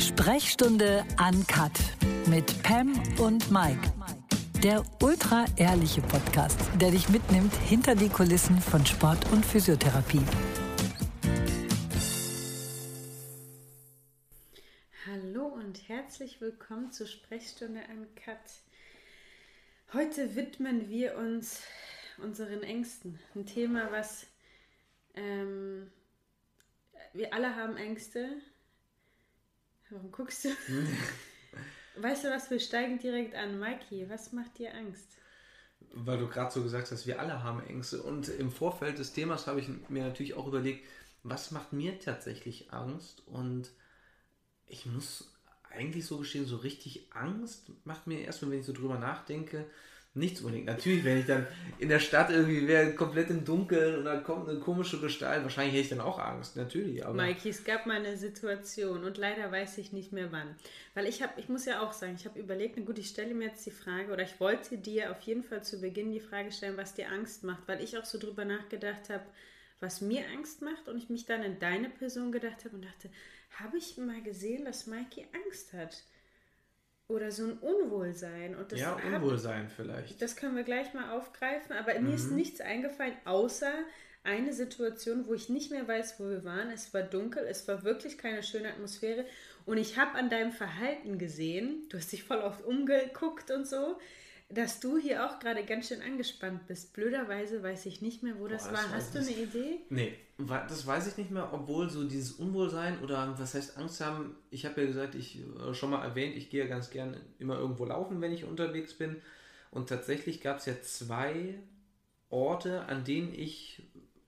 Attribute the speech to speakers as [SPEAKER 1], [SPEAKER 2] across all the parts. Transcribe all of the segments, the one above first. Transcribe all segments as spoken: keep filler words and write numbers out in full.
[SPEAKER 1] Sprechstunde Uncut mit Pam und Mike. Der ultra-ehrliche Podcast, der dich mitnimmt hinter die Kulissen von Sport und Physiotherapie.
[SPEAKER 2] Hallo und herzlich willkommen zur Sprechstunde Uncut. Heute widmen wir uns unseren Ängsten. Ein Thema, was ähm, wir alle haben Ängste. Warum guckst du? Weißt du was, wir steigen direkt an. Mikey, was macht dir Angst?
[SPEAKER 3] Weil du gerade so gesagt hast, wir alle haben Ängste. Und im Vorfeld des Themas habe ich mir natürlich auch überlegt, was macht mir tatsächlich Angst? Und ich muss eigentlich so gestehen, so richtig Angst macht mir erstmal, wenn ich so drüber nachdenke, nichts unbedingt. Natürlich, wenn ich dann in der Stadt irgendwie wäre, komplett im Dunkeln und da kommt eine komische Gestalt, wahrscheinlich hätte ich dann auch Angst, natürlich. Aber
[SPEAKER 2] Mikey, es gab mal eine Situation und leider weiß ich nicht mehr wann. Weil ich habe, ich muss ja auch sagen, ich habe überlegt, na gut, ich stelle mir jetzt die Frage, oder ich wollte dir auf jeden Fall zu Beginn die Frage stellen, was dir Angst macht, weil ich auch so drüber nachgedacht habe, was mir Angst macht und ich mich dann in deine Person gedacht habe und dachte, habe ich mal gesehen, dass Mikey Angst hat? Oder so ein Unwohlsein. Und das
[SPEAKER 3] ja, Unwohlsein hab, vielleicht.
[SPEAKER 2] Das können wir gleich mal aufgreifen. Aber mhm. mir ist nichts eingefallen, außer eine Situation, wo ich nicht mehr weiß, wo wir waren. Es war dunkel, es war wirklich keine schöne Atmosphäre. Und ich habe an deinem Verhalten gesehen, du hast dich voll oft umgeguckt und so, dass du hier auch gerade ganz schön angespannt bist. Blöderweise weiß ich nicht mehr, wo Boah, das, das war. Hast du eine Idee?
[SPEAKER 3] Nee, das weiß ich nicht mehr, obwohl so dieses Unwohlsein oder was heißt Angst haben, ich habe ja gesagt, ich schon mal erwähnt, ich gehe ja ganz gern immer irgendwo laufen, wenn ich unterwegs bin. Und tatsächlich gab es ja zwei Orte, an denen ich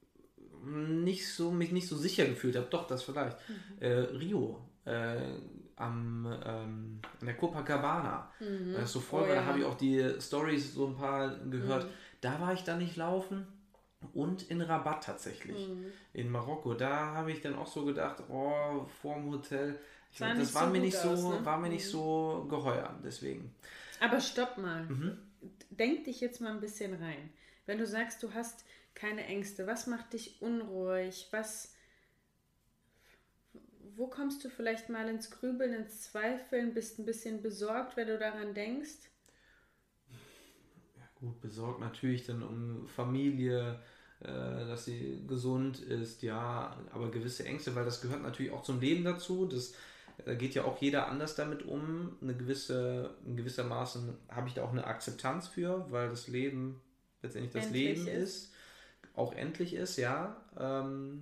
[SPEAKER 3] nicht so, mich nicht so sicher gefühlt habe. Doch, das vielleicht. Mhm. Äh, Rio. Äh, am ähm, in der Copacabana. Mhm. Das ist so voll, oh, weil ja. Da habe ich auch die Stories so ein paar gehört. Mhm. Da war ich dann nicht laufen und in Rabat tatsächlich. Mhm. In Marokko. Da habe ich dann auch so gedacht, oh, vorm Hotel. Ich
[SPEAKER 2] war
[SPEAKER 3] meine, das war
[SPEAKER 2] so
[SPEAKER 3] mir nicht
[SPEAKER 2] aus,
[SPEAKER 3] so,
[SPEAKER 2] ne?
[SPEAKER 3] war mir nicht so geheuer. Deswegen.
[SPEAKER 2] Aber stopp mal.
[SPEAKER 3] Mhm.
[SPEAKER 2] Denk dich jetzt mal ein bisschen rein. Wenn du sagst, du hast keine Ängste, was macht dich unruhig? Was Wo kommst du vielleicht mal ins Grübeln, ins Zweifeln, bist ein bisschen besorgt, wenn du daran denkst?
[SPEAKER 3] Ja gut, besorgt natürlich dann um Familie, äh, dass sie gesund ist, ja, aber gewisse Ängste, weil das gehört natürlich auch zum Leben dazu, das, da geht ja auch jeder anders damit um, eine gewisse, in gewissermaßen habe ich da auch eine Akzeptanz für, weil das Leben letztendlich das endlich Leben ist. ist, auch endlich ist, ja, ähm,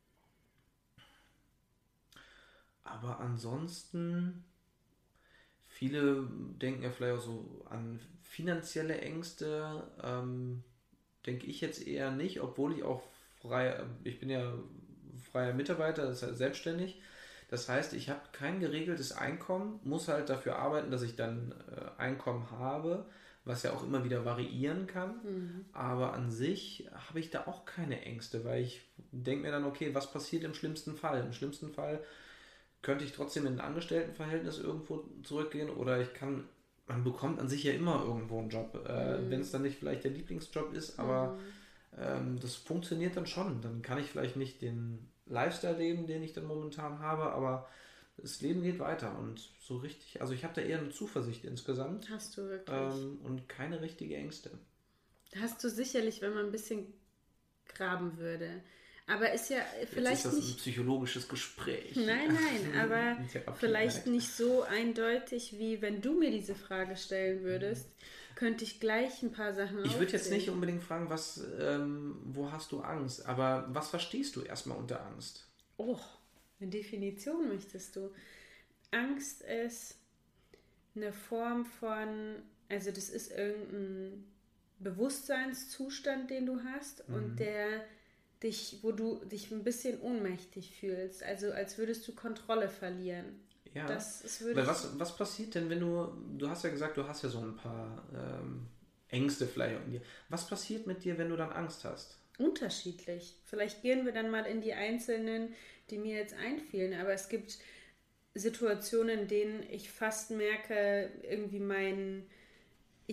[SPEAKER 3] aber ansonsten, viele denken ja vielleicht auch so an finanzielle Ängste, ähm, denke ich jetzt eher nicht, obwohl ich auch frei, ich bin ja freier Mitarbeiter, das heißt selbstständig. Das heißt, ich habe kein geregeltes Einkommen, muss halt dafür arbeiten, dass ich dann äh, Einkommen habe, was ja auch immer wieder variieren kann. Mhm. Aber an sich habe ich da auch keine Ängste, weil ich denke mir dann, okay, was passiert im schlimmsten Fall? Im schlimmsten Fall könnte ich trotzdem in ein Angestelltenverhältnis irgendwo zurückgehen oder ich kann, man bekommt an sich ja immer irgendwo einen Job, äh, mhm. wenn es dann nicht vielleicht der Lieblingsjob ist, aber mhm. ähm, das funktioniert dann schon. Dann kann ich vielleicht nicht den Lifestyle leben, den ich dann momentan habe, aber das Leben geht weiter und so richtig, also ich habe da eher eine Zuversicht insgesamt.
[SPEAKER 2] Hast du wirklich?
[SPEAKER 3] Ähm, und keine richtige Ängste.
[SPEAKER 2] Hast du sicherlich, wenn man ein bisschen graben würde. Aber ist ja vielleicht
[SPEAKER 3] Jetzt ist das
[SPEAKER 2] nicht
[SPEAKER 3] ein psychologisches Gespräch.
[SPEAKER 2] Nein, nein, aber vielleicht nicht so eindeutig, wie wenn du mir diese Frage stellen würdest, könnte ich gleich ein paar Sachen
[SPEAKER 3] Ich würde jetzt nicht unbedingt fragen, was, ähm, wo hast du Angst, aber was verstehst du erstmal unter Angst?
[SPEAKER 2] Oh, eine Definition möchtest du. Angst ist eine Form von, also das ist irgendein Bewusstseinszustand, den du hast mhm. und der dich, wo du dich ein bisschen ohnmächtig fühlst, also als würdest du Kontrolle verlieren.
[SPEAKER 3] Ja,
[SPEAKER 2] das ist
[SPEAKER 3] weil was, was passiert denn, wenn du, du hast ja gesagt, du hast ja so ein paar ähm, Ängste vielleicht in dir. Was passiert mit dir, wenn du dann Angst hast?
[SPEAKER 2] Unterschiedlich. Vielleicht gehen wir dann mal in die einzelnen, die mir jetzt einfielen, aber es gibt Situationen, in denen ich fast merke, irgendwie mein, ich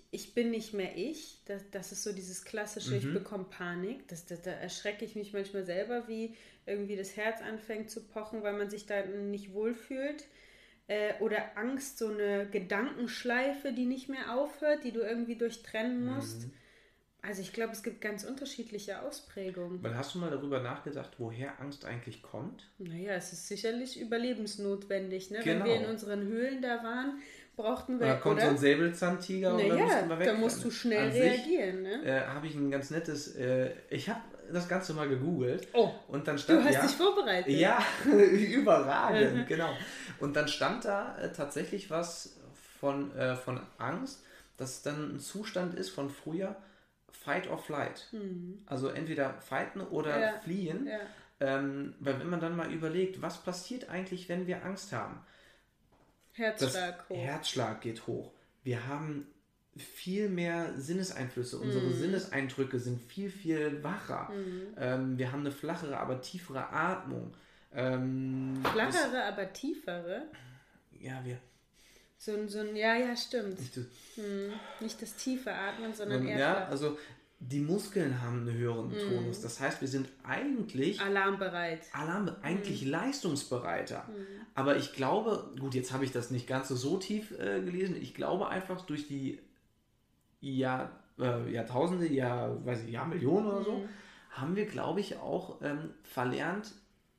[SPEAKER 2] ich bin nicht mehr ich. Das, das ist so dieses klassische,
[SPEAKER 3] Mhm.
[SPEAKER 2] ich bekomme Panik. Das, das, da erschrecke ich mich manchmal selber, wie irgendwie das Herz anfängt zu pochen, weil man sich da nicht wohlfühlt. Äh, oder Angst, so eine Gedankenschleife, die nicht mehr aufhört, die du irgendwie durchtrennen musst.
[SPEAKER 3] Mhm.
[SPEAKER 2] Also ich glaube, es gibt ganz unterschiedliche Ausprägungen.
[SPEAKER 3] Weil hast du mal darüber nachgedacht, woher Angst eigentlich kommt?
[SPEAKER 2] Naja, es ist sicherlich überlebensnotwendig. Ne?
[SPEAKER 3] Genau.
[SPEAKER 2] Wenn wir in unseren Höhlen da waren, brauchten wir,
[SPEAKER 3] Da kommt
[SPEAKER 2] oder?
[SPEAKER 3] so ein Säbelzahntiger und dann
[SPEAKER 2] Naja,
[SPEAKER 3] mussten wir weg.
[SPEAKER 2] da musst du schnell
[SPEAKER 3] An sich,
[SPEAKER 2] reagieren. Ne?
[SPEAKER 3] Äh, habe ich ein ganz nettes, äh, ich habe das Ganze mal gegoogelt.
[SPEAKER 2] Oh,
[SPEAKER 3] und dann stand,
[SPEAKER 2] du hast
[SPEAKER 3] ja,
[SPEAKER 2] dich vorbereitet.
[SPEAKER 3] Ja, überragend, genau. Und dann stand da äh, tatsächlich was von, äh, von Angst, dass dann ein Zustand ist von früher, Fight or Flight.
[SPEAKER 2] Mhm.
[SPEAKER 3] Also entweder fighten oder
[SPEAKER 2] Ja,
[SPEAKER 3] fliehen.
[SPEAKER 2] ja.
[SPEAKER 3] Ähm, weil wenn man dann mal überlegt, was passiert eigentlich, wenn wir Angst haben?
[SPEAKER 2] Herzschlag
[SPEAKER 3] Das
[SPEAKER 2] hoch.
[SPEAKER 3] Herzschlag geht hoch. Wir haben viel mehr Sinneseinflüsse. Unsere
[SPEAKER 2] Mhm.
[SPEAKER 3] Sinneseindrücke sind viel, viel wacher.
[SPEAKER 2] Mhm.
[SPEAKER 3] Ähm, wir haben eine flachere, aber tiefere Atmung. Ähm,
[SPEAKER 2] Flachere, aber tiefere.
[SPEAKER 3] Das, ja, wir.
[SPEAKER 2] So ein, so ein, ja, ja, stimmt.
[SPEAKER 3] Nicht, so-
[SPEAKER 2] Hm. Nicht das tiefe Atmen, sondern eher
[SPEAKER 3] ja,
[SPEAKER 2] flach.
[SPEAKER 3] also die Muskeln haben einen höheren Tonus. Das heißt, wir sind eigentlich
[SPEAKER 2] alarmbereit.
[SPEAKER 3] Alarm, eigentlich
[SPEAKER 2] Mhm.
[SPEAKER 3] leistungsbereiter. Aber ich glaube, gut, jetzt habe ich das nicht ganz so, so tief äh, gelesen. Ich glaube einfach durch die Jahr, äh, Jahrtausende, Jahr, weiß ich, Jahrmillionen oder so,
[SPEAKER 2] Mhm.
[SPEAKER 3] haben wir, glaube ich, auch ähm, verlernt,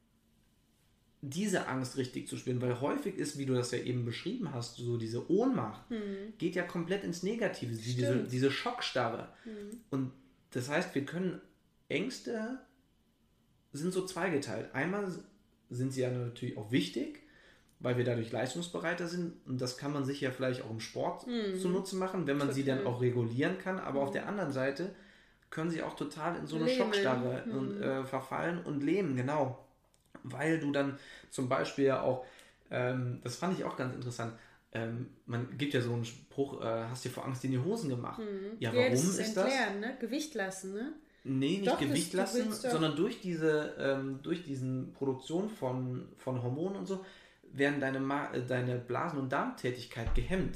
[SPEAKER 3] diese Angst richtig zu spüren, weil häufig ist, wie du das ja eben beschrieben hast, so diese Ohnmacht, geht ja komplett ins Negative, diese,
[SPEAKER 2] Stimmt.
[SPEAKER 3] diese Schockstarre. Und das heißt, wir können, Ängste sind so zweigeteilt. Einmal sind sie ja natürlich auch wichtig, weil wir dadurch leistungsbereiter sind und das kann man sich ja vielleicht auch im Sport zunutze machen, wenn man sie dann auch regulieren kann, aber auf der anderen Seite können sie auch total in so eine
[SPEAKER 2] Lähmen.
[SPEAKER 3] Schockstarre und, äh, verfallen und lähmen, genau. Weil du dann zum Beispiel ja auch, ähm, das fand ich auch ganz interessant, ähm, man gibt ja so einen Spruch, äh, hast dir vor Angst in die Hosen gemacht. Ja, warum
[SPEAKER 2] das
[SPEAKER 3] ist das?
[SPEAKER 2] entleeren, ne? Gewicht lassen, ne?
[SPEAKER 3] Nee, nicht
[SPEAKER 2] Doch, das-
[SPEAKER 3] Gewicht
[SPEAKER 2] du
[SPEAKER 3] lassen,
[SPEAKER 2] willst doch-
[SPEAKER 3] sondern durch diese, ähm, durch diesen Produktion von, von Hormonen und so, werden deine, Ma äh, deine Blasen- und Darmtätigkeit gehemmt.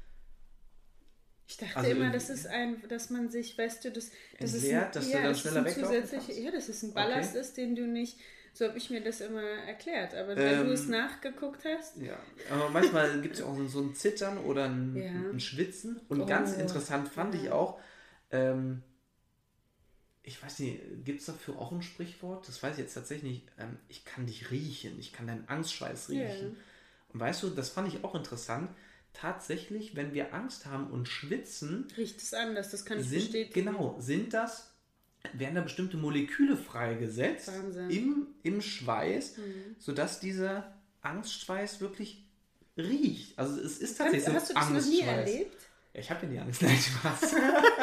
[SPEAKER 2] Ich dachte
[SPEAKER 3] Also
[SPEAKER 2] immer,
[SPEAKER 3] irgendwie-
[SPEAKER 2] das ist ein, dass man sich, weißt du, das, das
[SPEAKER 3] Entleert,
[SPEAKER 2] ist
[SPEAKER 3] dass
[SPEAKER 2] ein,
[SPEAKER 3] du
[SPEAKER 2] ja,
[SPEAKER 3] dann
[SPEAKER 2] das ist
[SPEAKER 3] schneller
[SPEAKER 2] ein
[SPEAKER 3] weglaufen
[SPEAKER 2] zusätzlich,
[SPEAKER 3] kannst?
[SPEAKER 2] ja, dass es ein Ballast
[SPEAKER 3] Okay.
[SPEAKER 2] ist, den du nicht, so habe ich mir das immer erklärt. Aber wenn
[SPEAKER 3] Ähm,
[SPEAKER 2] du es nachgeguckt hast,
[SPEAKER 3] Ja, aber manchmal gibt es ja auch so ein Zittern oder ein,
[SPEAKER 2] Ja.
[SPEAKER 3] ein Schwitzen. Und
[SPEAKER 2] Oh,
[SPEAKER 3] ganz interessant fand
[SPEAKER 2] ja.
[SPEAKER 3] ich auch, ähm, ich weiß nicht, gibt es dafür auch ein Sprichwort? Das weiß ich jetzt tatsächlich nicht. Ähm, ich kann dich riechen, ich kann deinen Angstschweiß riechen.
[SPEAKER 2] Ja.
[SPEAKER 3] Und weißt du, das fand ich auch interessant. Tatsächlich, wenn wir Angst haben und schwitzen,
[SPEAKER 2] riecht es anders, das kann ich
[SPEAKER 3] sind,
[SPEAKER 2] bestätigen.
[SPEAKER 3] genau, sind das, werden da bestimmte Moleküle freigesetzt
[SPEAKER 2] Wahnsinn.
[SPEAKER 3] im, im Schweiß,
[SPEAKER 2] Mhm.
[SPEAKER 3] sodass dieser Angstschweiß wirklich riecht. Also es ist
[SPEAKER 2] Kannst,
[SPEAKER 3] tatsächlich so
[SPEAKER 2] hast du das noch nie
[SPEAKER 3] Angstschweiß.
[SPEAKER 2] erlebt?
[SPEAKER 3] Ja, ich habe ja nie Angst. Nein, Spaß.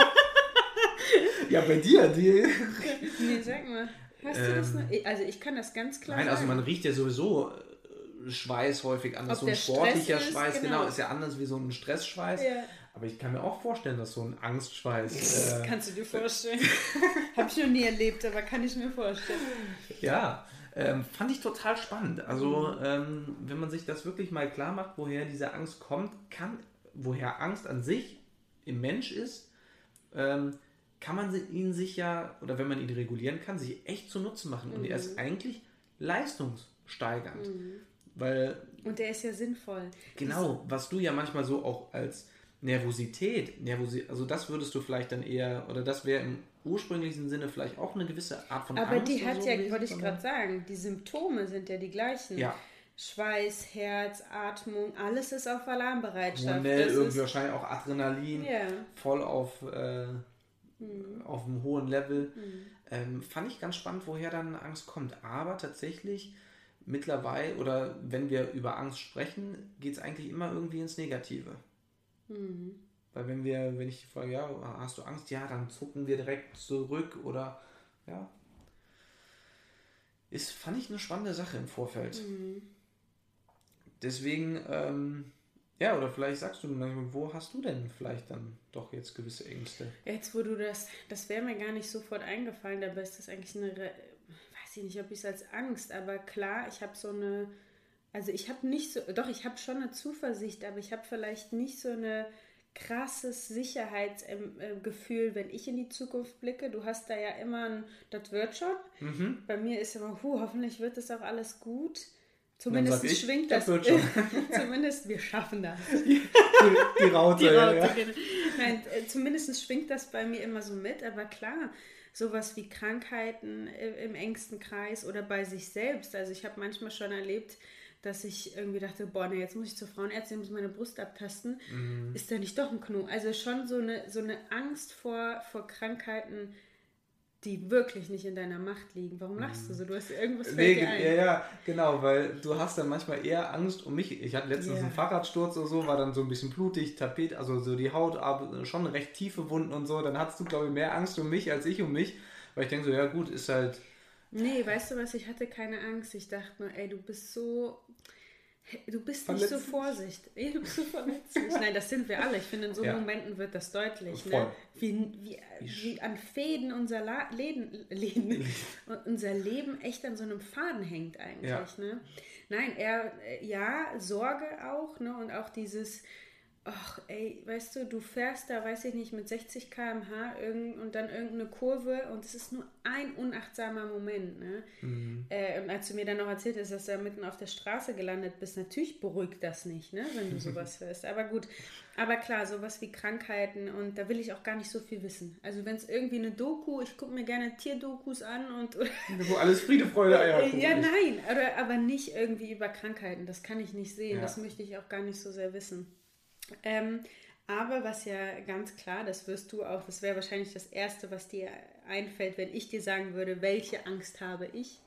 [SPEAKER 3] Ja, bei dir, die.
[SPEAKER 2] Nee, sag mal. Hast du das
[SPEAKER 3] Ähm,
[SPEAKER 2] noch? Also ich kann das ganz klar
[SPEAKER 3] Nein, also
[SPEAKER 2] sagen.
[SPEAKER 3] man riecht ja sowieso äh, Schweiß häufig anders.
[SPEAKER 2] Ob
[SPEAKER 3] So ein
[SPEAKER 2] der
[SPEAKER 3] sportlicher
[SPEAKER 2] Stress ist,
[SPEAKER 3] Schweiß, genau.
[SPEAKER 2] genau.
[SPEAKER 3] ist ja anders wie so ein Stressschweiß.
[SPEAKER 2] Ja.
[SPEAKER 3] Aber ich kann mir auch vorstellen, dass so ein Angstschweiß.
[SPEAKER 2] Das
[SPEAKER 3] Äh,
[SPEAKER 2] kannst du dir vorstellen. Habe ich noch nie erlebt, aber kann ich mir vorstellen.
[SPEAKER 3] Ja, ähm, fand ich total spannend. Also, ähm, wenn man sich das wirklich mal klar macht, woher diese Angst kommt, kann, woher Angst an sich im Mensch ist, ähm, kann man sie- ihn sich ja, oder wenn man ihn regulieren kann, sich echt zunutze machen. Und er ist eigentlich leistungssteigernd. Weil,
[SPEAKER 2] Und der ist ja sinnvoll.
[SPEAKER 3] genau, was du ja manchmal so auch als Nervosität, Nervosi also das würdest du vielleicht dann eher, oder das wäre im ursprünglichen Sinne vielleicht auch eine gewisse Art von
[SPEAKER 2] Aber
[SPEAKER 3] Angst.
[SPEAKER 2] die
[SPEAKER 3] oder
[SPEAKER 2] hat
[SPEAKER 3] so
[SPEAKER 2] ja,
[SPEAKER 3] gewesen,
[SPEAKER 2] wollte ich
[SPEAKER 3] sondern-
[SPEAKER 2] gerade sagen, die Symptome sind ja die gleichen.
[SPEAKER 3] Ja.
[SPEAKER 2] Schweiß, Herz, Atmung, alles ist auf Alarmbereitschaft.
[SPEAKER 3] Hormonell,
[SPEAKER 2] Das
[SPEAKER 3] irgendwie
[SPEAKER 2] ist,
[SPEAKER 3] wahrscheinlich auch Adrenalin,
[SPEAKER 2] ja.
[SPEAKER 3] voll auf, äh,
[SPEAKER 2] Mhm.
[SPEAKER 3] auf einem hohen Level. Ähm, fand ich ganz spannend, woher dann Angst kommt. Aber tatsächlich mittlerweile, oder wenn wir über Angst sprechen, geht es eigentlich immer irgendwie ins Negative.
[SPEAKER 2] Mhm.
[SPEAKER 3] Weil wenn wir, wenn ich frage, ja, hast du Angst? Ja, dann zucken wir direkt zurück oder, ja. Ist, fand ich eine spannende Sache im Vorfeld.
[SPEAKER 2] Mhm.
[SPEAKER 3] Deswegen, ähm, ja, oder vielleicht sagst du mir manchmal, wo hast du denn vielleicht dann doch jetzt gewisse Ängste?
[SPEAKER 2] Jetzt, wo du das, das wäre mir gar nicht sofort eingefallen, dabei ist das eigentlich eine, Re- weiß ich nicht, ob ich es als Angst, aber klar, ich habe so eine, also ich habe nicht so, doch, ich habe schon eine Zuversicht, aber ich habe vielleicht nicht so eine krasses Sicherheitsgefühl, wenn ich in die Zukunft blicke. Du hast da ja immer ein, das wird schon. Mhm. Bei mir ist immer, hu, hoffentlich wird das auch alles gut. Zumindest ich, schwingt das. das wird schon. Zumindest, wir schaffen das. Die, die Raute. Die Raute ja. Genau. Nein, zumindest schwingt das bei mir immer so mit, aber klar, sowas wie Krankheiten im engsten Kreis oder bei sich selbst. Also ich habe manchmal schon erlebt, dass ich irgendwie dachte, boah, ne, jetzt muss ich zur Frauenärztin, muss meine Brust abtasten. Mhm. Ist da nicht doch ein Knoten? Also schon so eine, so eine Angst vor, vor Krankheiten, die wirklich nicht in deiner Macht liegen. Warum lachst du so? Du hast irgendwas fällt
[SPEAKER 3] nee,
[SPEAKER 2] dir ein.
[SPEAKER 3] Ja, ja, genau, weil du hast dann manchmal eher Angst um mich. Ich hatte letztens yeah. einen Fahrradsturz oder so, war dann so ein bisschen blutig, Tapet, also so die Haut, aber schon recht tiefe Wunden und so. Dann hattest du, glaube ich, mehr Angst um mich als ich um mich, weil ich denke so, ja gut, ist halt...
[SPEAKER 2] Nee, weißt du was, ich hatte keine Angst. Ich dachte nur, ey, du bist so... Du bist nicht so vorsichtig. Du bist so verletzlich. Nein, das sind wir alle. Ich finde, in so ja. Momenten wird das deutlich. Ne? Wie, wie, wie an Fäden unser La- Läden, Läden, unser Leben echt an so einem Faden hängt eigentlich. Ja. Ne? Nein, er, ja, Sorge auch. Ne? Und auch dieses, ach ey, weißt du, du fährst da, weiß ich nicht, mit sechzig Kilometer pro Stunde irgend, und dann irgendeine Kurve und es ist nur ein unachtsamer Moment. Ne? Mhm. Äh, und als du mir dann noch erzählt hast, dass du da mitten auf der Straße gelandet bist, natürlich beruhigt das nicht, ne, wenn du sowas hörst. Aber gut, aber klar, sowas wie Krankheiten und da will ich auch gar nicht so viel wissen. Also wenn es irgendwie eine Doku, ich gucke mir gerne Tierdokus an und...
[SPEAKER 3] Wo alles Friede, Freude, Eierkuchen.
[SPEAKER 2] Ja, nein, aber, aber nicht irgendwie über Krankheiten, das kann ich nicht sehen, ja. Das möchte ich auch gar nicht so sehr wissen. Ähm, aber was ja ganz klar, das wirst du auch, das wäre wahrscheinlich das Erste, was dir einfällt, wenn ich dir sagen würde, welche Angst habe ich?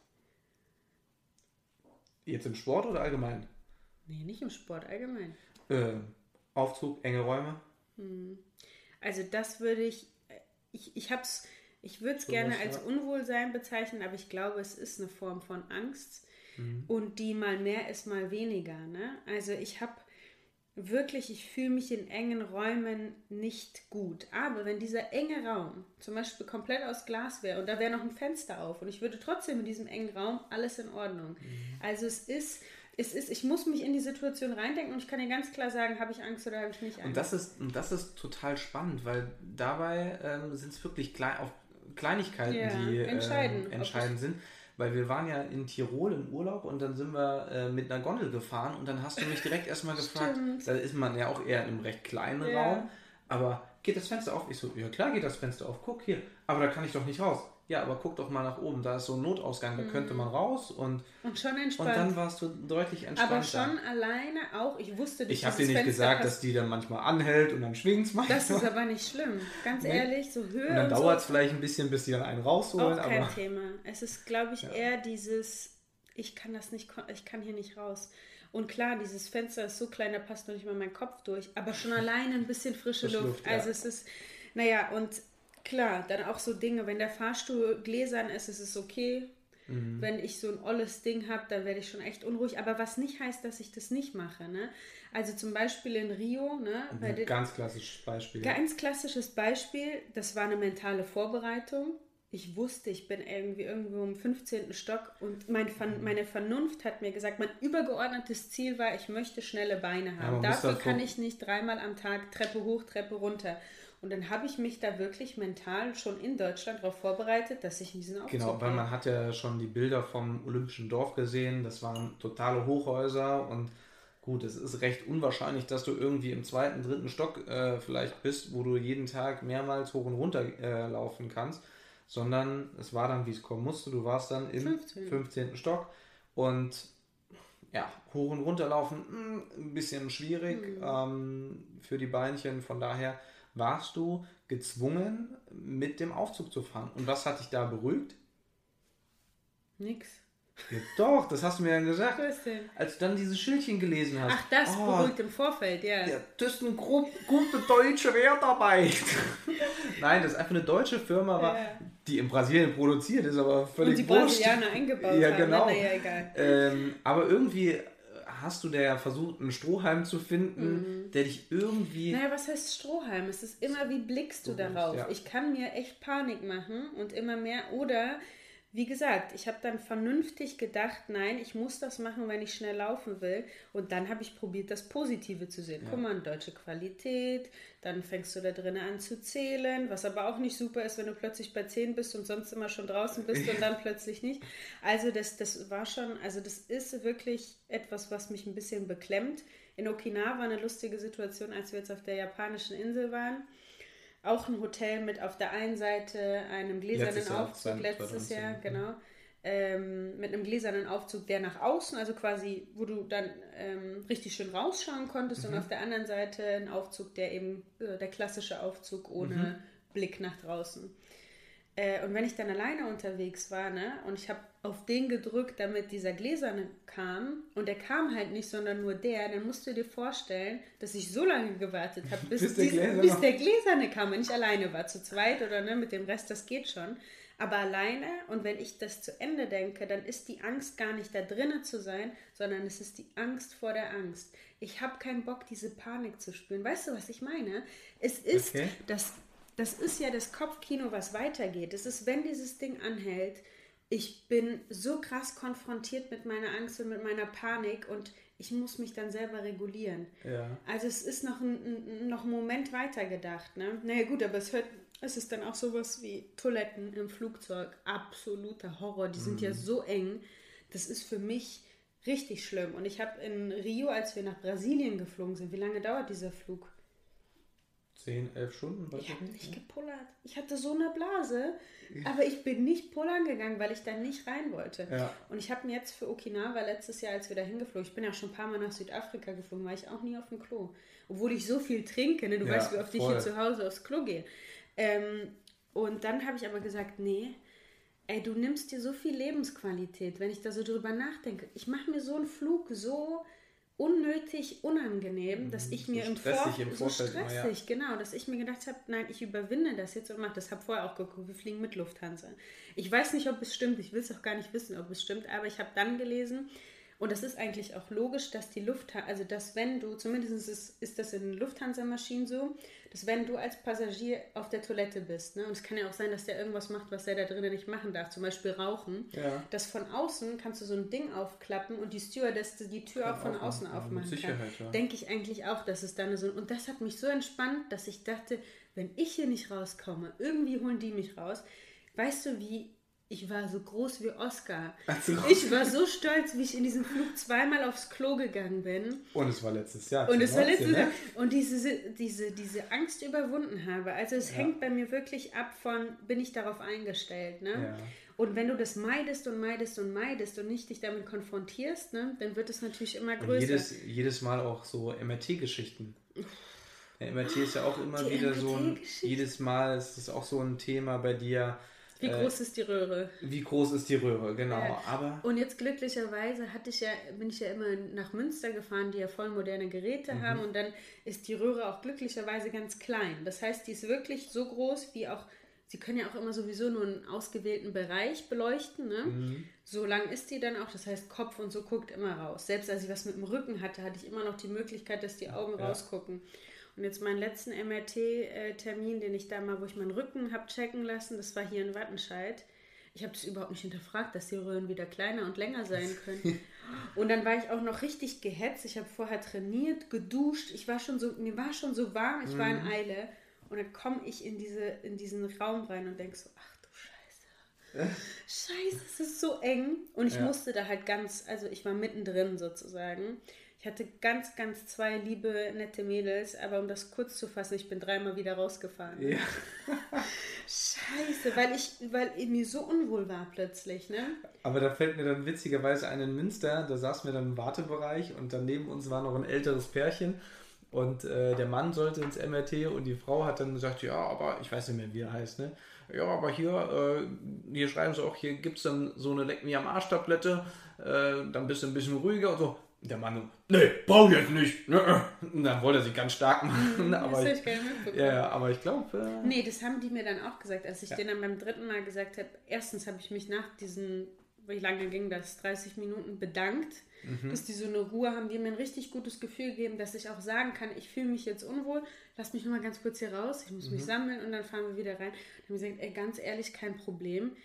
[SPEAKER 3] Jetzt im Sport oder allgemein?
[SPEAKER 2] Nee, nicht im Sport, allgemein.
[SPEAKER 3] Äh, Aufzug, enge Räume?
[SPEAKER 2] Hm. Also das würde ich, ich, ich hab's, ich würde es so gerne als ja. Unwohlsein bezeichnen, aber ich glaube, es ist eine Form von Angst mhm. und die mal mehr ist, mal weniger. Ne? Also ich habe wirklich, ich fühle mich in engen Räumen nicht gut. Aber wenn dieser enge Raum zum Beispiel komplett aus Glas wäre und da wäre noch ein Fenster auf und ich würde trotzdem in diesem engen Raum, alles in Ordnung. Mhm. Also es ist, es ist, ich muss mich in die Situation reindenken und ich kann dir ganz klar sagen, habe ich Angst oder habe ich nicht Angst.
[SPEAKER 3] Und das ist, und das ist total spannend, weil dabei ähm, sind es wirklich klein, auf Kleinigkeiten, ja, die
[SPEAKER 2] entscheiden,
[SPEAKER 3] ähm, entscheidend sind. Weil wir waren ja in Tirol im Urlaub und dann sind wir äh, mit einer Gondel gefahren und dann hast du mich direkt erstmal gefragt, da ist man ja auch eher in einem recht kleinen ja. Raum, aber geht das Fenster auf? Ich so, ja klar geht das Fenster auf, guck hier, aber da kann ich doch nicht raus. Ja, aber guck doch mal nach oben, da ist so ein Notausgang, da mhm. könnte man raus und,
[SPEAKER 2] und schon entspannt.
[SPEAKER 3] Und dann warst du deutlich entspannter.
[SPEAKER 2] Aber schon alleine auch, ich wusste
[SPEAKER 3] nicht, Ich habe dir nicht Fenster gesagt, hast. Dass die dann manchmal anhält und dann schwingt es manchmal.
[SPEAKER 2] Das ist aber nicht schlimm, ganz nee. ehrlich, so Höhe
[SPEAKER 3] und dann dauert es so. Vielleicht ein bisschen, bis die dann einen rausholen.
[SPEAKER 2] Auch kein
[SPEAKER 3] aber
[SPEAKER 2] Thema. Es ist, glaube ich, ja. eher dieses, ich kann das nicht, ich kann hier nicht raus. Und klar, dieses Fenster ist so klein, da passt noch nicht mal mein Kopf durch, aber schon alleine ein bisschen frische Luft. Luft. Also ja. es ist, naja, und klar, dann auch so Dinge, wenn der Fahrstuhl gläsern ist, ist es okay. Mhm. Wenn ich so ein olles Ding habe, dann werde ich schon echt unruhig. Aber was nicht heißt, dass ich das nicht mache. Ne? Also zum Beispiel in Rio. Ne,
[SPEAKER 3] ein den, ganz klassisches Beispiel.
[SPEAKER 2] Ganz klassisches Beispiel, das war eine mentale Vorbereitung. Ich wusste, ich bin irgendwie irgendwo im fünfzehnten Stock und mein, meine Vernunft hat mir gesagt, mein übergeordnetes Ziel war, ich möchte schnelle Beine haben. Ja, dafür kann ich nicht dreimal am Tag Treppe hoch, Treppe runter. Und dann habe ich mich da wirklich mental schon in Deutschland darauf vorbereitet, dass ich in diesen Aufzug
[SPEAKER 3] Genau, weil man hat ja schon die Bilder vom Olympischen Dorf gesehen. Das waren totale Hochhäuser und gut, es ist recht unwahrscheinlich, dass du irgendwie im zweiten, dritten Stock äh, vielleicht bist, wo du jeden Tag mehrmals hoch und runter äh, laufen kannst, sondern es war dann, wie es kommen musste. Du warst dann im fünfzehnten fünfzehnten Stock und ja, hoch und runter laufen, mh, ein bisschen schwierig mhm. ähm, für die Beinchen, von daher warst du gezwungen, mit dem Aufzug zu fahren. Und was hat dich da beruhigt?
[SPEAKER 2] Nix.
[SPEAKER 3] Ja, doch, das hast du mir dann gesagt.
[SPEAKER 2] Was denn?
[SPEAKER 3] Als du dann dieses Schildchen gelesen hast.
[SPEAKER 2] Ach, das oh, beruhigt im Vorfeld, ja.
[SPEAKER 3] ja das ist eine gro- gute deutsche Wertarbeit. Nein, das ist einfach eine deutsche Firma, war, ja. die in Brasilien produziert ist, aber völlig
[SPEAKER 2] Und die Brasilianer eingebaut
[SPEAKER 3] ja,
[SPEAKER 2] haben.
[SPEAKER 3] Genau.
[SPEAKER 2] Na, ja, egal.
[SPEAKER 3] Ähm, aber irgendwie hast du da versucht, einen Strohhalm zu finden, mhm. der dich irgendwie...
[SPEAKER 2] Naja, was heißt Strohhalm? Es ist immer, wie blickst du so darauf? Ja. Ich kann mir echt Panik machen und immer mehr, oder wie gesagt, ich habe dann vernünftig gedacht, nein, ich muss das machen, wenn ich schnell laufen will. Und dann habe ich probiert, das Positive zu sehen. Ja. Guck mal, deutsche Qualität, dann fängst du da drinnen an zu zählen, was aber auch nicht super ist, wenn du plötzlich bei zehn bist und sonst immer schon draußen bist und dann plötzlich nicht. Also das, das war schon, also das ist wirklich etwas, was mich ein bisschen beklemmt. In Okinawa war eine lustige Situation, als wir jetzt auf der japanischen Insel waren. Auch ein Hotel mit auf der einen Seite einem gläsernen letztes Aufzug, Jahr, letztes Jahr, genau, ähm, mit einem gläsernen Aufzug, der nach außen, also quasi, wo du dann ähm, richtig schön rausschauen konntest, mhm. und auf der anderen Seite ein Aufzug, der eben, äh, der klassische Aufzug ohne mhm. Blick nach draußen. Äh, und wenn ich dann alleine unterwegs war, ne, und ich habe auf den gedrückt, damit dieser Gläserne kam, und der kam halt nicht, sondern nur der, dann musst du dir vorstellen, dass ich so lange gewartet habe, bis, bis, der, dies, Gläserne. bis der Gläserne kam, wenn ich alleine war, zu zweit oder ne, mit dem Rest, das geht schon. Aber alleine, und wenn ich das zu Ende denke, dann ist die Angst gar nicht da drinnen zu sein, sondern es ist die Angst vor der Angst. Ich habe keinen Bock, diese Panik zu spüren. Weißt du, was ich meine? Es ist okay. das Das ist ja das Kopfkino, was weitergeht. Es ist, wenn dieses Ding anhält, ich bin so krass konfrontiert mit meiner Angst und mit meiner Panik und ich muss mich dann selber regulieren. Ja. Also es ist noch ein, noch ein Moment weitergedacht. Ne? Naja gut, aber es, hört, es ist dann auch sowas wie Toiletten im Flugzeug. Absoluter Horror. Die sind mhm. ja so eng. Das ist für mich richtig schlimm. Und ich habe in Rio, als wir nach Brasilien geflogen sind, wie lange dauert dieser Flug?
[SPEAKER 3] zehn, elf Stunden?
[SPEAKER 2] Ich habe nicht gepullert. Ich hatte so eine Blase, aber ich bin nicht pullern gegangen, weil ich da nicht rein wollte. Ja. Und ich habe mir jetzt für Okinawa letztes Jahr, als wir da hingeflogen, ich bin ja schon ein paar Mal nach Südafrika geflogen, war ich auch nie auf dem Klo. Obwohl ich so viel trinke, ne? Du ja, weißt, wie oft ich hier zu Hause aufs Klo gehe. Ähm, und dann habe ich aber gesagt, nee, ey, du nimmst dir so viel Lebensqualität, wenn ich da so drüber nachdenke. Ich mache mir so einen Flug so unnötig unangenehm, dass ich so mir im, Vor- im Vorfeld so stressig, immer, ja. genau, dass ich mir gedacht habe, nein, ich überwinde das jetzt und mache das. Habe vorher auch geguckt, wir fliegen mit Lufthansa. Ich weiß nicht, ob es stimmt, ich will es auch gar nicht wissen, ob es stimmt, aber ich habe dann gelesen, und das ist eigentlich auch logisch, dass die Lufthansa, also dass wenn du, zumindest ist, ist das in Lufthansa-Maschinen so, dass wenn du als Passagier auf der Toilette bist, ne, und es kann ja auch sein, dass der irgendwas macht, was der da drinnen nicht machen darf, zum Beispiel rauchen, ja. dass von außen kannst du so ein Ding aufklappen und die Stewardess die Tür kann auch von außen aufmachen Sicherheit, kann. Ja. Denke ich eigentlich auch, dass es dann so, und das hat mich so entspannt, dass ich dachte, wenn ich hier nicht rauskomme, irgendwie holen die mich raus. Weißt du, wie ich war so groß wie Oscar. So. Ich war so stolz, wie ich in diesem Flug zweimal aufs Klo gegangen bin.
[SPEAKER 3] Und es war letztes Jahr.
[SPEAKER 2] Und es war letztes Jahr. Und diese, diese, diese Angst überwunden habe. Also es ja. hängt bei mir wirklich ab von, bin ich darauf eingestellt. Ne? Ja. Und wenn du das meidest und meidest und meidest und nicht dich damit konfrontierst, ne, dann wird es natürlich immer größer. Und
[SPEAKER 3] jedes, jedes Mal auch so M R T-Geschichten. Der M R T ist ja auch immer Die wieder so ein, jedes Mal ist es auch so ein Thema bei dir.
[SPEAKER 2] Wie groß äh, ist die Röhre?
[SPEAKER 3] Wie groß ist die Röhre, genau.
[SPEAKER 2] Ja.
[SPEAKER 3] Aber
[SPEAKER 2] und jetzt glücklicherweise hatte ich ja, bin ich ja immer nach Münster gefahren, die ja voll moderne Geräte mhm. haben, und dann ist die Röhre auch glücklicherweise ganz klein. Das heißt, die ist wirklich so groß wie auch, sie können ja auch immer sowieso nur einen ausgewählten Bereich beleuchten, ne? Mhm. So lang ist die dann auch, das heißt Kopf und so guckt immer raus. Selbst als ich was mit dem Rücken hatte, hatte ich immer noch die Möglichkeit, dass die Augen ja. rausgucken. Und jetzt meinen letzten M R T-Termin, den ich da mal, wo ich meinen Rücken habe checken lassen, das war hier in Wattenscheid. Ich habe das überhaupt nicht hinterfragt, dass die Röhren wieder kleiner und länger sein können. Und dann war ich auch noch richtig gehetzt. Ich habe vorher trainiert, geduscht. Ich war schon so, mir war schon so warm, ich war in Eile. Und dann komme ich in, diese, in diesen Raum rein und denke so, ach du Scheiße. Scheiße, es ist so eng. Und ich ja. musste da halt ganz, also ich war mittendrin sozusagen. Ich hatte ganz, ganz zwei liebe, nette Mädels, aber um das kurz zu fassen, ich bin dreimal wieder rausgefahren. Ja. Scheiße, weil ich, weil mir so unwohl war plötzlich, ne?
[SPEAKER 3] Aber da fällt mir dann witzigerweise ein in Münster, da saßen wir dann im Wartebereich und dann neben uns war noch ein älteres Pärchen und äh, der Mann sollte ins M R T und die Frau hat dann gesagt, ja, aber ich weiß nicht mehr, wie er heißt, ne? Ja, aber hier, äh, hier schreiben sie auch, hier gibt es dann so eine Leck mir am Arsch-Tablette, äh, dann bist du ein bisschen ruhiger und so. Der Mann, nee, brauch ich jetzt nicht. Und dann wollte er sich ganz stark machen.
[SPEAKER 2] Das
[SPEAKER 3] aber
[SPEAKER 2] habe
[SPEAKER 3] ich,
[SPEAKER 2] ich gar nicht mitbekommen.
[SPEAKER 3] Ja, ja, aber ich glaube... Äh,
[SPEAKER 2] nee, das haben die mir dann auch gesagt, als ich ja. denen dann beim dritten Mal gesagt habe, erstens habe ich mich nach diesen, wie lange ging das, dreißig Minuten bedankt, mhm. dass die so eine Ruhe haben, die mir ein richtig gutes Gefühl gegeben, dass ich auch sagen kann, ich fühle mich jetzt unwohl, lass mich nur mal ganz kurz hier raus, ich muss mhm. mich sammeln und dann fahren wir wieder rein. Dann haben sie gesagt, ey, ganz ehrlich, kein Problem.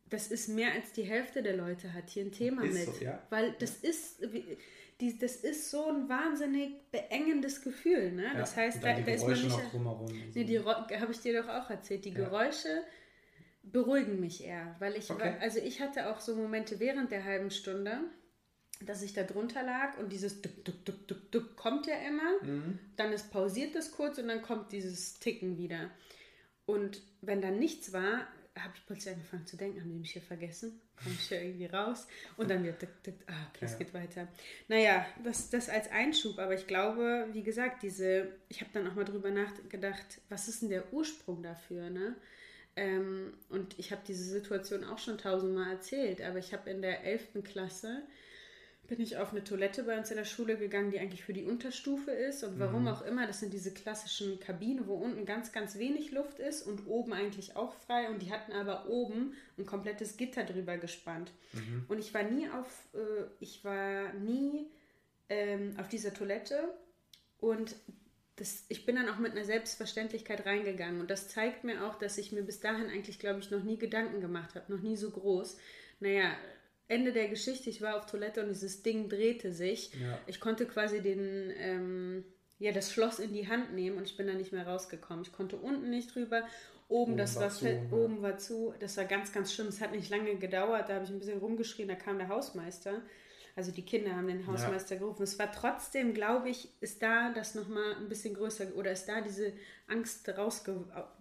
[SPEAKER 2] das ist mehr als die Hälfte der Leute hat hier ein Thema
[SPEAKER 3] ist
[SPEAKER 2] mit.
[SPEAKER 3] So, ja.
[SPEAKER 2] Weil das ja. ist... Die, das ist so ein wahnsinnig beengendes Gefühl, ne?
[SPEAKER 3] Ja,
[SPEAKER 2] das heißt,
[SPEAKER 3] da,
[SPEAKER 2] da,
[SPEAKER 3] die
[SPEAKER 2] da ist
[SPEAKER 3] Geräusche
[SPEAKER 2] man nicht...
[SPEAKER 3] noch drumherum.
[SPEAKER 2] Nee, die habe ich dir doch auch erzählt. Die
[SPEAKER 3] ja.
[SPEAKER 2] Geräusche beruhigen mich eher, weil ich...
[SPEAKER 3] Okay.
[SPEAKER 2] Also ich hatte auch so Momente während der halben Stunde, dass ich da drunter lag und dieses Duck, Duck, Duck, Duck, Duck kommt ja immer, mhm. dann ist pausiert das kurz und dann kommt dieses Ticken wieder. Und wenn dann nichts war, habe ich plötzlich angefangen zu denken, haben die mich hier vergessen? Komme ich hier irgendwie raus? Und dann wird, ah, okay, es ja. geht weiter. Naja, das, das als Einschub, aber ich glaube, wie gesagt, diese, ich habe dann auch mal drüber nachgedacht, was ist denn der Ursprung dafür, ne? Ähm, und ich habe diese Situation auch schon tausendmal erzählt, aber ich habe in der elften Klasse bin ich auf eine Toilette bei uns in der Schule gegangen, die eigentlich für die Unterstufe ist und warum mhm. auch immer, das sind diese klassischen Kabinen, wo unten ganz, ganz wenig Luft ist und oben eigentlich auch frei und die hatten aber oben ein komplettes Gitter drüber gespannt. Mhm. Und ich war nie auf, äh, ich war nie ähm, auf dieser Toilette und das, ich bin dann auch mit einer Selbstverständlichkeit reingegangen und das zeigt mir auch, dass ich mir bis dahin eigentlich, glaube ich, noch nie Gedanken gemacht habe, noch nie so groß. Naja, Ende der Geschichte, ich war auf Toilette und dieses Ding drehte sich. Ja. Ich konnte quasi den, ähm, ja, das Schloss in die Hand nehmen und ich bin da nicht mehr rausgekommen. Ich konnte unten nicht drüber, oben, oben das war, war zu, fett, ja. oben war zu. Das war ganz, ganz schlimm. Es hat nicht lange gedauert, da habe ich ein bisschen rumgeschrien, da kam der Hausmeister. Also die Kinder haben den Hausmeister ja. gerufen. Es war trotzdem, glaube ich, ist da das nochmal ein bisschen größer, oder ist da diese Angst rausge...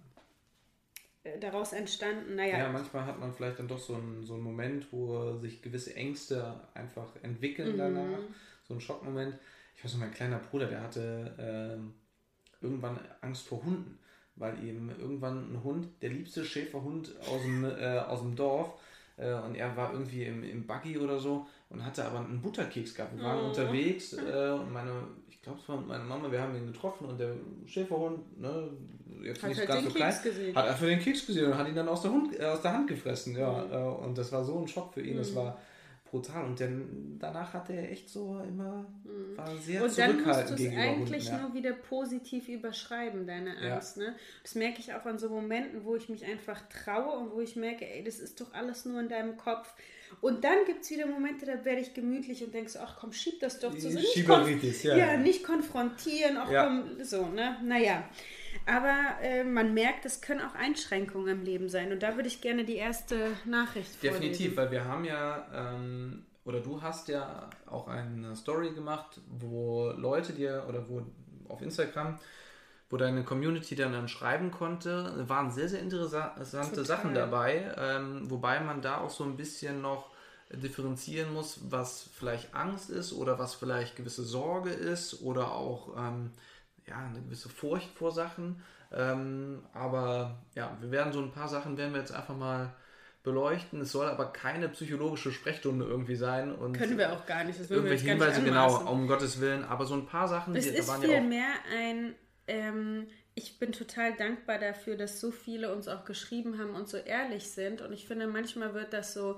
[SPEAKER 2] daraus entstanden, naja.
[SPEAKER 3] Ja, manchmal hat man vielleicht dann doch so einen, so einen Moment, wo sich gewisse Ängste einfach entwickeln mhm. danach. So ein Schockmoment. Ich weiß noch, mein kleiner Bruder, der hatte äh, irgendwann Angst vor Hunden, weil eben irgendwann ein Hund, der liebste Schäferhund aus dem, äh, aus dem Dorf, äh, und er war irgendwie im, im Buggy oder so und hatte aber einen Butterkeks gehabt. Wir waren oh. unterwegs äh, und meine, ich glaube, es war meine Mama, wir haben ihn getroffen und der Schäferhund, ne, jetzt
[SPEAKER 2] hat
[SPEAKER 3] nicht
[SPEAKER 2] halt
[SPEAKER 3] ganz
[SPEAKER 2] den
[SPEAKER 3] so klein,
[SPEAKER 2] Keks gesehen.
[SPEAKER 3] hat einfach den Keks gesehen und hat ihn dann aus der, Hund, äh, aus der Hand gefressen. Ja, mhm. äh, und das war so ein Schock für ihn, mhm. das war brutal. Und dann, danach hat er echt so immer, mhm. war sehr
[SPEAKER 2] und
[SPEAKER 3] zurückhaltend gegenüber
[SPEAKER 2] Hunden. Und dann musst du es eigentlich
[SPEAKER 3] ja.
[SPEAKER 2] nur wieder positiv überschreiben, deine Angst. Ja. Ne? Das merke ich auch an so Momenten, wo ich mich einfach traue und wo ich merke, ey, das ist doch alles nur in deinem Kopf. Und dann gibt es wieder Momente, da werde ich gemütlich und denke so, ach komm, schieb das doch zu. Nicht konf- ja, ja, nicht konfrontieren, auch ja. komm, so, ne? Naja. Aber äh, man merkt, es können auch Einschränkungen im Leben sein. Und da würde ich gerne die erste Nachricht vorlesen.
[SPEAKER 3] Definitiv, weil wir haben ja, ähm, oder du hast ja auch eine Story gemacht, wo Leute dir, oder wo auf Instagram, wo deine Community dann, dann schreiben konnte, waren sehr, sehr interessante Total. Sachen dabei, ähm, wobei man da auch so ein bisschen noch differenzieren muss, was vielleicht Angst ist oder was vielleicht gewisse Sorge ist oder auch ähm, ja, eine gewisse Furcht vor Sachen. Ähm, aber ja, wir werden so ein paar Sachen, werden wir jetzt einfach mal beleuchten. Es soll aber keine psychologische Sprechstunde irgendwie sein. Und
[SPEAKER 2] können wir auch gar nicht. Das
[SPEAKER 3] irgendwelche
[SPEAKER 2] wir
[SPEAKER 3] Hinweise, genau, um Gottes Willen. Aber so ein paar Sachen,
[SPEAKER 2] es
[SPEAKER 3] die
[SPEAKER 2] ist
[SPEAKER 3] waren
[SPEAKER 2] viel
[SPEAKER 3] ja auch...
[SPEAKER 2] mehr ein... Ähm, ich bin total dankbar dafür, dass so viele uns auch geschrieben haben und so ehrlich sind. Und ich finde, manchmal wird das so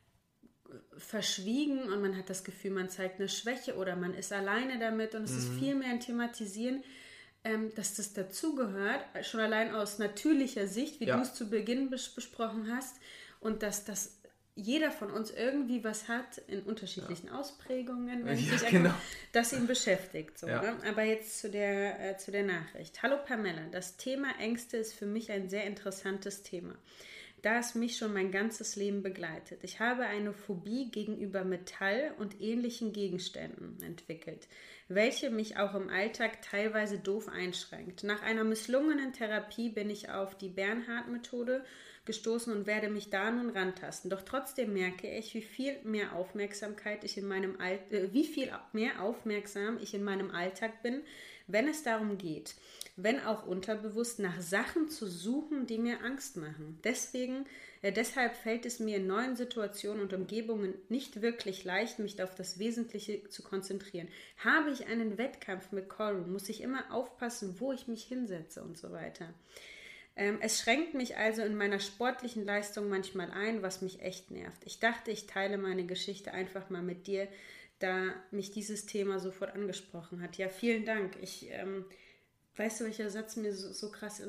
[SPEAKER 2] verschwiegen und man hat das Gefühl, man zeigt eine Schwäche oder man ist alleine damit. Und es mhm. ist viel mehr ein Thematisieren, ähm, dass das dazugehört, schon allein aus natürlicher Sicht, wie ja. du es zu Beginn bes- besprochen hast. Und dass das jeder von uns irgendwie was hat in unterschiedlichen ja. Ausprägungen, wenn
[SPEAKER 3] ja,
[SPEAKER 2] sich
[SPEAKER 3] genau.
[SPEAKER 2] das ihn beschäftigt. So,
[SPEAKER 3] ja.
[SPEAKER 2] ne? Aber jetzt zu der, äh, zu der Nachricht. Hallo Pamela, das Thema Ängste ist für mich ein sehr interessantes Thema, da es mich schon mein ganzes Leben begleitet. Ich habe eine Phobie gegenüber Metall und ähnlichen Gegenständen entwickelt, welche mich auch im Alltag teilweise doof einschränkt. Nach einer misslungenen Therapie bin ich auf die Bernhard-Methode gestoßen und werde mich da nun rantasten. Doch trotzdem merke ich, wie viel mehr Aufmerksamkeit ich in meinem All- äh, wie viel mehr aufmerksam ich in meinem Alltag bin, wenn es darum geht, wenn auch unterbewusst, nach Sachen zu suchen, die mir Angst machen. Deswegen, äh, deshalb fällt es mir in neuen Situationen und Umgebungen nicht wirklich leicht, mich auf das Wesentliche zu konzentrieren. Habe ich einen Wettkampf mit Corin, muss ich immer aufpassen, wo ich mich hinsetze und so weiter. Ähm, es schränkt mich also in meiner sportlichen Leistung manchmal ein, was mich echt nervt. Ich dachte, ich teile meine Geschichte einfach mal mit dir, da mich dieses Thema sofort angesprochen hat. Ja, vielen Dank. Ich, ähm, weißt du, welcher Satz mir so, so krass ins,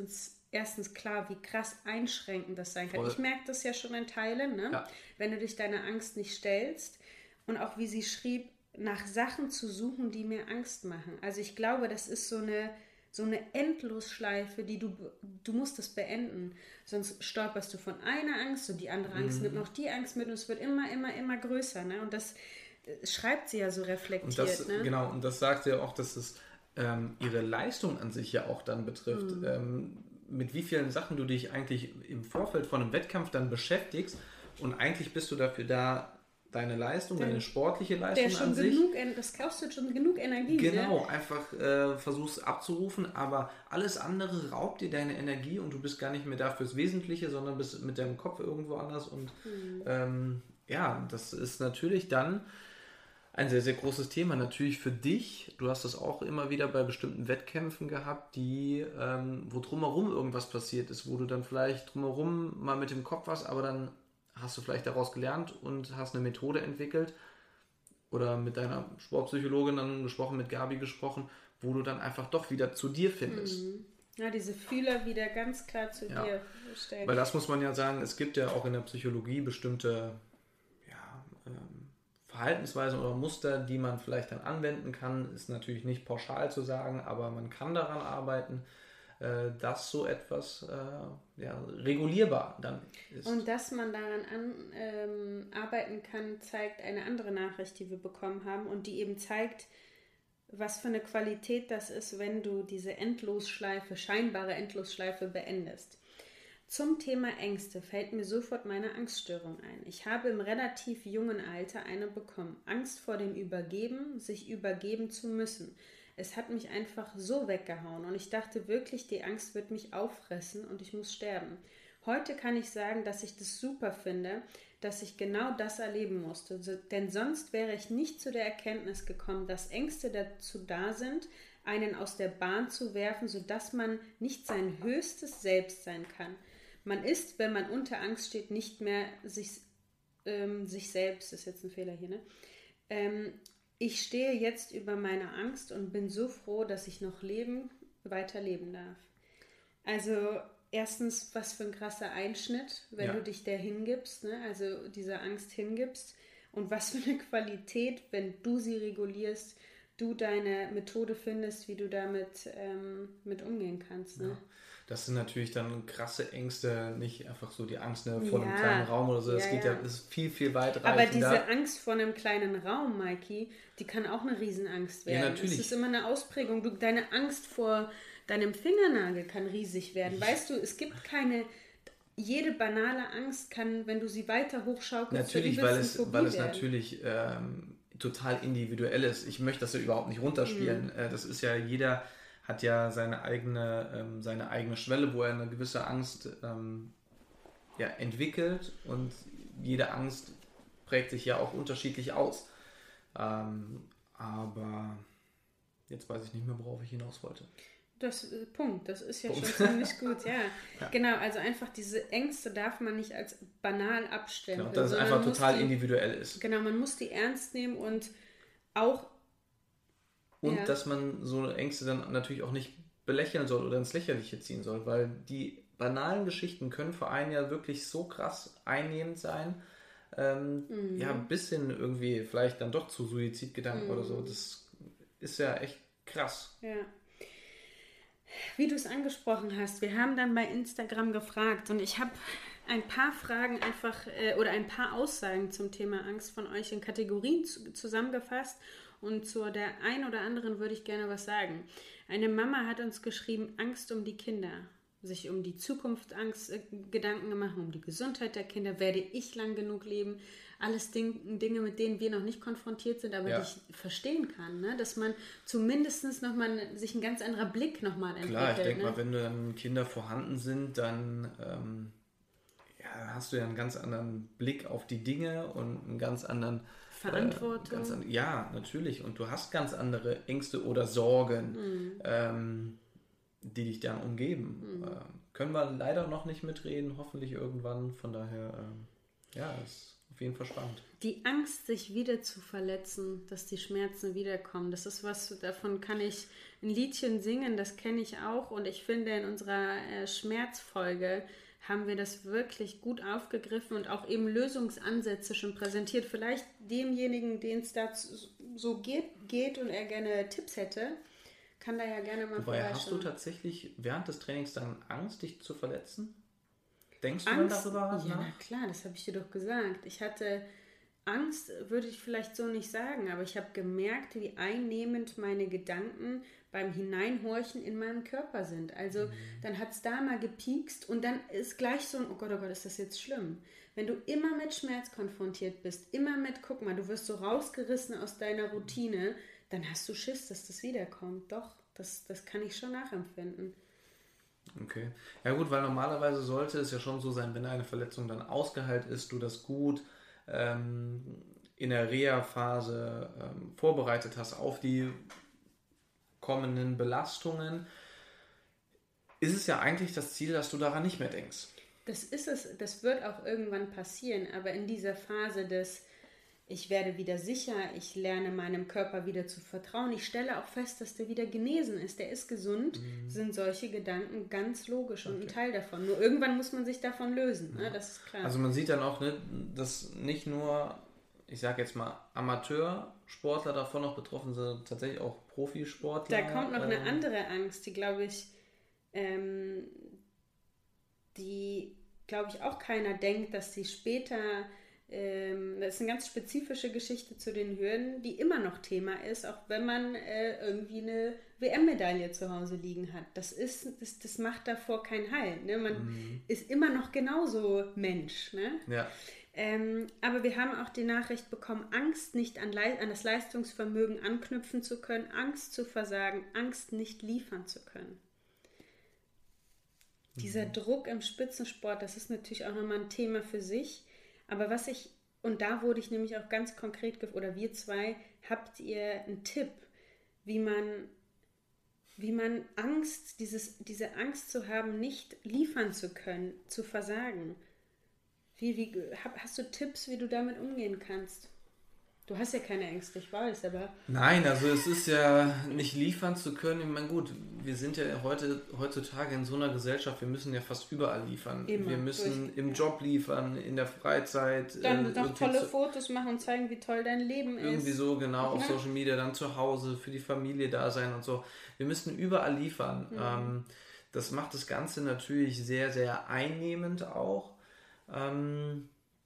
[SPEAKER 2] erstens klar, wie krass einschränkend das sein kann.
[SPEAKER 3] Voll.
[SPEAKER 2] Ich merke das ja schon in Teilen, ne?
[SPEAKER 3] Ja.
[SPEAKER 2] Wenn du dich deiner Angst nicht stellst. Und auch wie sie schrieb, nach Sachen zu suchen, die mir Angst machen. Also ich glaube, das ist so eine, so eine Endlosschleife, die du, du musst das beenden. Sonst stolperst du von einer Angst und die andere Angst
[SPEAKER 3] Mhm.
[SPEAKER 2] nimmt noch die Angst mit und es wird immer, immer, immer größer. Ne? Und das äh, schreibt sie ja so reflektiert.
[SPEAKER 3] Und das,
[SPEAKER 2] ne?
[SPEAKER 3] genau, und das sagt sie ja auch, dass es ähm, ihre Leistung an sich ja auch dann betrifft.
[SPEAKER 2] Mhm.
[SPEAKER 3] Ähm, mit wie vielen Sachen du dich eigentlich im Vorfeld von einem Wettkampf dann beschäftigst und eigentlich bist du dafür da, deine Leistung,
[SPEAKER 2] Der-
[SPEAKER 3] deine sportliche
[SPEAKER 2] Der
[SPEAKER 3] Leistung
[SPEAKER 2] schon
[SPEAKER 3] an sich.
[SPEAKER 2] genug, en- das kostet schon genug Energie.
[SPEAKER 3] Genau,
[SPEAKER 2] Ne?
[SPEAKER 3] einfach äh, versuchst abzurufen, aber alles andere raubt dir deine Energie und du bist gar nicht mehr da fürs Wesentliche, sondern bist mit deinem Kopf irgendwo anders und
[SPEAKER 2] Mhm.
[SPEAKER 3] ähm, ja, das ist natürlich dann ein sehr, sehr großes Thema. Natürlich für dich, du hast das auch immer wieder bei bestimmten Wettkämpfen gehabt, die, ähm, wo drumherum irgendwas passiert ist, wo du dann vielleicht drumherum mal mit dem Kopf warst, aber dann hast du vielleicht daraus gelernt und hast eine Methode entwickelt oder mit deiner Sportpsychologin dann gesprochen, mit Gabi gesprochen, wo du dann einfach doch wieder zu dir findest.
[SPEAKER 2] Mhm. Ja, diese Fühler wieder ganz klar zu
[SPEAKER 3] Ja.
[SPEAKER 2] dir stellen.
[SPEAKER 3] Weil das muss man ja sagen, es gibt ja auch in der Psychologie bestimmte ja, ähm, Verhaltensweisen oder Muster, die man vielleicht dann anwenden kann. Ist natürlich nicht pauschal zu sagen, aber man kann daran arbeiten, äh, dass so etwas äh, ja, regulierbar dann ist.
[SPEAKER 2] Und dass man daran an, ähm, arbeiten kann, zeigt eine andere Nachricht, die wir bekommen haben und die eben zeigt, was für eine Qualität das ist, wenn du diese Endlosschleife, scheinbare Endlosschleife beendest. Zum Thema Ängste fällt mir sofort meine Angststörung ein. Ich habe im relativ jungen Alter eine bekommen. Angst vor dem Übergeben, sich übergeben zu müssen. Es hat mich einfach so weggehauen und ich dachte wirklich, die Angst wird mich auffressen und ich muss sterben. Heute kann ich sagen, dass ich das super finde, dass ich genau das erleben musste. So, denn sonst wäre ich nicht zu der Erkenntnis gekommen, dass Ängste dazu da sind, einen aus der Bahn zu werfen, sodass man nicht sein höchstes Selbst sein kann. Man ist, wenn man unter Angst steht, nicht mehr sich, ähm, sich selbst, ist jetzt ein Fehler hier, ne? Ähm, ich stehe jetzt über meine Angst und bin so froh, dass ich noch leben, weiterleben darf. Also erstens, was für ein krasser Einschnitt, wenn
[SPEAKER 3] Ja.
[SPEAKER 2] du dich der hingibst, ne? Also dieser Angst hingibst. Und was für eine Qualität, wenn du sie regulierst, du deine Methode findest, wie du damit ähm, mit umgehen kannst. Ne?
[SPEAKER 3] Ja. Das sind natürlich dann krasse Ängste, nicht einfach so die Angst ne, vor einem
[SPEAKER 2] Ja.
[SPEAKER 3] kleinen Raum oder so. Das
[SPEAKER 2] Ja,
[SPEAKER 3] geht
[SPEAKER 2] ja.
[SPEAKER 3] ja, ist viel, viel weitreichender.
[SPEAKER 2] Aber diese Angst vor einem kleinen Raum, Maiki, die kann auch eine Riesenangst werden.
[SPEAKER 3] Ja, natürlich.
[SPEAKER 2] Es ist immer eine Ausprägung. Du, deine Angst vor deinem Fingernagel kann riesig werden. Weißt du, es gibt keine... Jede banale Angst kann, wenn du sie weiter hochschaukelst,
[SPEAKER 3] Natürlich,
[SPEAKER 2] zur
[SPEAKER 3] weil
[SPEAKER 2] übelsten
[SPEAKER 3] es,
[SPEAKER 2] Phobie
[SPEAKER 3] weil es
[SPEAKER 2] werden.
[SPEAKER 3] natürlich ähm, total individuell ist. Ich möchte das ja überhaupt nicht runterspielen.
[SPEAKER 2] Mhm.
[SPEAKER 3] Äh, das ist ja, jeder hat ja seine eigene, ähm, seine eigene Schwelle, wo er eine gewisse Angst ähm, ja, entwickelt und jede Angst prägt sich ja auch unterschiedlich aus. Ähm, aber jetzt weiß ich nicht mehr, worauf ich hinaus wollte.
[SPEAKER 2] Das äh, Punkt, das ist ja
[SPEAKER 3] Punkt.
[SPEAKER 2] schon ziemlich gut, ja.
[SPEAKER 3] Ja.
[SPEAKER 2] Genau, also einfach diese Ängste darf man nicht als banal abstempeln.
[SPEAKER 3] Genau, dass es
[SPEAKER 2] sondern
[SPEAKER 3] einfach
[SPEAKER 2] muss
[SPEAKER 3] total
[SPEAKER 2] die,
[SPEAKER 3] individuell ist.
[SPEAKER 2] Genau, man muss die ernst nehmen und auch
[SPEAKER 3] Und
[SPEAKER 2] ja.
[SPEAKER 3] dass man so Ängste dann natürlich auch nicht belächeln soll oder ins Lächerliche ziehen soll, weil die banalen Geschichten können für einen ja wirklich so krass einnehmend sein, ähm,
[SPEAKER 2] Mhm.
[SPEAKER 3] ja, bis hin irgendwie vielleicht dann doch zu Suizidgedanken
[SPEAKER 2] Mhm.
[SPEAKER 3] oder so. Das ist ja echt krass.
[SPEAKER 2] Ja. Wie du es angesprochen hast, wir haben dann bei Instagram gefragt und ich habe ein paar Fragen einfach äh, oder ein paar Aussagen zum Thema Angst von euch in Kategorien zu, zusammengefasst und zu der einen oder anderen würde ich gerne was sagen. Eine Mama hat uns geschrieben, Angst um die Kinder, sich um die Zukunft Angst, äh, Gedanken gemacht, um die Gesundheit der Kinder, werde ich lang genug leben? Alles Ding, Dinge, mit denen wir noch nicht konfrontiert sind, aber
[SPEAKER 3] Ja.
[SPEAKER 2] die ich verstehen kann, ne? Dass man zumindest nochmal sich ein ganz anderer Blick nochmal entwickelt.
[SPEAKER 3] Klar, ich denke
[SPEAKER 2] ne?
[SPEAKER 3] mal, wenn dann Kinder vorhanden sind, dann ähm, ja, hast du ja einen ganz anderen Blick auf die Dinge und einen ganz anderen
[SPEAKER 2] Verantwortung.
[SPEAKER 3] Äh, ganz an, ja, natürlich. Und du hast ganz andere Ängste oder Sorgen,
[SPEAKER 2] Mhm.
[SPEAKER 3] ähm, die dich dann umgeben.
[SPEAKER 2] Mhm.
[SPEAKER 3] Ähm, können wir leider noch nicht mitreden, hoffentlich irgendwann. Von daher, ähm, ja, ist auf auf jeden Fall spannend.
[SPEAKER 2] Die Angst, sich wieder zu verletzen, dass die Schmerzen wiederkommen, das ist was, davon kann ich ein Liedchen singen, das kenne ich auch. Und ich finde, in unserer äh, Schmerzfolge haben wir das wirklich gut aufgegriffen und auch eben Lösungsansätze schon präsentiert. Vielleicht demjenigen, den es da so geht, geht und er gerne Tipps hätte, kann da ja gerne mal
[SPEAKER 3] vorbeischauen. Hast du tatsächlich während des Trainings dann Angst, dich zu verletzen? Denkst du
[SPEAKER 2] Angst,
[SPEAKER 3] dann darüber
[SPEAKER 2] ja,
[SPEAKER 3] nach?
[SPEAKER 2] na klar, das habe ich dir doch gesagt. Ich hatte Angst, würde ich vielleicht so nicht sagen, aber ich habe gemerkt, wie einnehmend meine Gedanken beim Hineinhorchen in meinem Körper sind. Also mhm. dann hat es da mal gepiekst und dann ist gleich so ein, oh Gott, oh Gott, ist das jetzt schlimm? Wenn du immer mit Schmerz konfrontiert bist, immer mit, guck mal, du wirst so rausgerissen aus deiner Routine, dann hast du Schiss, dass das wiederkommt. Doch, das, das kann ich schon nachempfinden.
[SPEAKER 3] Okay. Ja gut, weil normalerweise sollte es ja schon so sein, wenn eine Verletzung dann ausgeheilt ist, du das gut ähm, in der Reha-Phase ähm, vorbereitet hast auf die kommenden Belastungen, ist es ja eigentlich das Ziel, dass du daran nicht mehr denkst.
[SPEAKER 2] Das ist es, das wird auch irgendwann passieren, aber in dieser Phase des ich werde wieder sicher, ich lerne meinem Körper wieder zu vertrauen, ich stelle auch fest, dass der wieder genesen ist, der ist gesund, mhm. sind solche Gedanken ganz logisch und okay. ein Teil davon. Nur irgendwann muss man sich davon lösen, ja. ne? Das ist klar.
[SPEAKER 3] Also man sieht dann auch, ne, dass nicht nur, ich sage jetzt mal, Amateursportler davon noch betroffen sind, tatsächlich auch Profisportler.
[SPEAKER 2] Da kommt noch
[SPEAKER 3] ähm,
[SPEAKER 2] eine andere Angst, die glaube ich, ähm, die glaube ich auch keiner denkt, dass sie später... Das ist eine ganz spezifische Geschichte zu den Hürden, die immer noch Thema ist, auch wenn man äh, irgendwie eine W M-Medaille zu Hause liegen hat. Das ist, das, das macht davor keinen Halt. Ne? Man mhm. ist immer noch genauso Mensch. Ne?
[SPEAKER 3] Ja.
[SPEAKER 2] Ähm, aber wir haben auch die Nachricht bekommen, Angst nicht an, Le- an das Leistungsvermögen anknüpfen zu können, Angst zu versagen, Angst nicht liefern zu können. Mhm. Dieser Druck im Spitzensport, das ist natürlich auch nochmal ein Thema für sich. Aber was ich, und da wurde ich nämlich auch ganz konkret, gef- oder wir zwei, habt ihr einen Tipp, wie man, wie man Angst, dieses, diese Angst zu haben, nicht liefern zu können, zu versagen? Wie, wie, hast du Tipps, wie du damit umgehen kannst? Du hast ja keine Ängste, ich weiß, aber...
[SPEAKER 3] Nein, also es ist ja nicht liefern zu können. Ich meine, gut, wir sind ja heute, heutzutage in so einer Gesellschaft, wir müssen ja fast überall liefern.
[SPEAKER 2] Immer,
[SPEAKER 3] wir müssen
[SPEAKER 2] durch,
[SPEAKER 3] im ja. Job liefern, in der Freizeit.
[SPEAKER 2] Dann äh, noch tolle Fotos machen und zeigen, wie toll dein Leben ist.
[SPEAKER 3] Irgendwie so, genau, auf
[SPEAKER 2] ja.
[SPEAKER 3] Social Media, dann zu Hause, für die Familie da sein und so. Wir müssen überall liefern. Mhm. Ähm, das macht das Ganze natürlich sehr, sehr einnehmend auch. Ähm,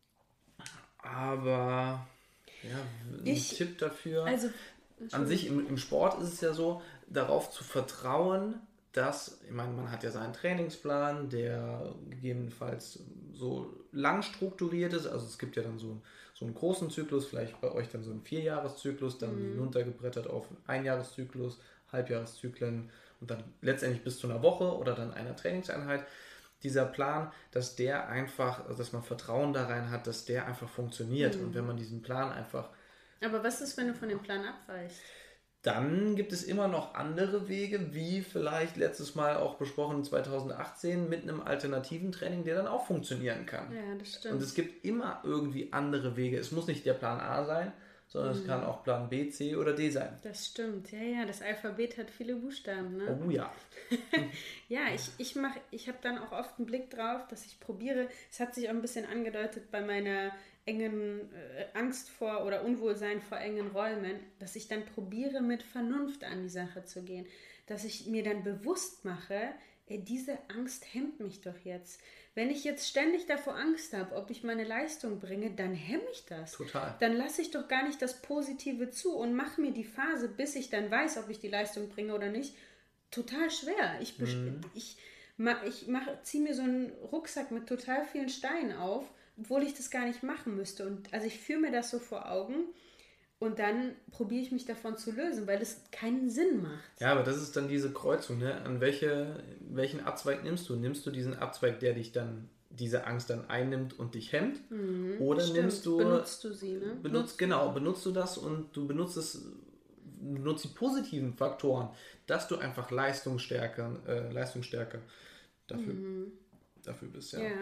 [SPEAKER 3] aber... Ja, ein ich, Tipp dafür.
[SPEAKER 2] Also,
[SPEAKER 3] an sich im, im Sport ist es ja so, darauf zu vertrauen, dass, ich meine, man hat ja seinen Trainingsplan, der gegebenenfalls so lang strukturiert ist. Also es gibt ja dann so, so einen großen Zyklus, vielleicht bei euch dann so einen Vierjahreszyklus, dann mhm. hinuntergebrettert auf einen Einjahreszyklus, Halbjahreszyklen und dann letztendlich bis zu einer Woche oder dann einer Trainingseinheit. Dieser Plan, dass der einfach, dass man Vertrauen da rein hat, dass der einfach funktioniert. Mhm. Und wenn man diesen Plan einfach...
[SPEAKER 2] Aber was ist, wenn du von dem Plan abweichst?
[SPEAKER 3] Dann gibt es immer noch andere Wege, wie vielleicht letztes Mal auch besprochen zwanzig achtzehn mit einem alternativen Training, der dann auch funktionieren kann.
[SPEAKER 2] Ja, das stimmt.
[SPEAKER 3] Und es gibt immer irgendwie andere Wege. Es muss nicht der Plan A sein, sondern mhm. es kann auch Plan B, C oder D sein.
[SPEAKER 2] Das stimmt. Ja, ja, das Alphabet hat viele Buchstaben, ne?
[SPEAKER 3] Oh ja.
[SPEAKER 2] Ja, ich, ich mache, ich habe dann auch oft einen Blick drauf, dass ich probiere. Es hat sich auch ein bisschen angedeutet bei meiner engen äh, Angst vor oder Unwohlsein vor engen Räumen, dass ich dann probiere, mit Vernunft an die Sache zu gehen. Dass ich mir dann bewusst mache, ey, diese Angst hemmt mich doch jetzt. Wenn ich jetzt ständig davor Angst habe, ob ich meine Leistung bringe, dann hemme ich das.
[SPEAKER 3] Total.
[SPEAKER 2] Dann lasse ich doch gar nicht das Positive zu und mache mir die Phase, bis ich dann weiß, ob ich die Leistung bringe oder nicht, total schwer. Ich, mhm. ich, ich ziehe mir so einen Rucksack mit total vielen Steinen auf, obwohl ich das gar nicht machen müsste. Und also ich führe mir das so vor Augen und dann probiere ich mich davon zu lösen, weil es keinen Sinn macht.
[SPEAKER 3] Ja, aber das ist dann diese Kreuzung, ne? An welche, welchen Abzweig nimmst du? Nimmst du diesen Abzweig, der dich dann, diese Angst dann einnimmt und dich hemmt? Mhm, oder stimmt. nimmst du...
[SPEAKER 2] Benutzt du sie, ne?
[SPEAKER 3] Benutzt, benutzt genau, benutzt du das und du benutzt es... nutzt die positiven Faktoren, dass du einfach Leistungsstärker, äh, Leistungsstärker dafür, mhm. dafür bist. Ja.
[SPEAKER 2] Ja.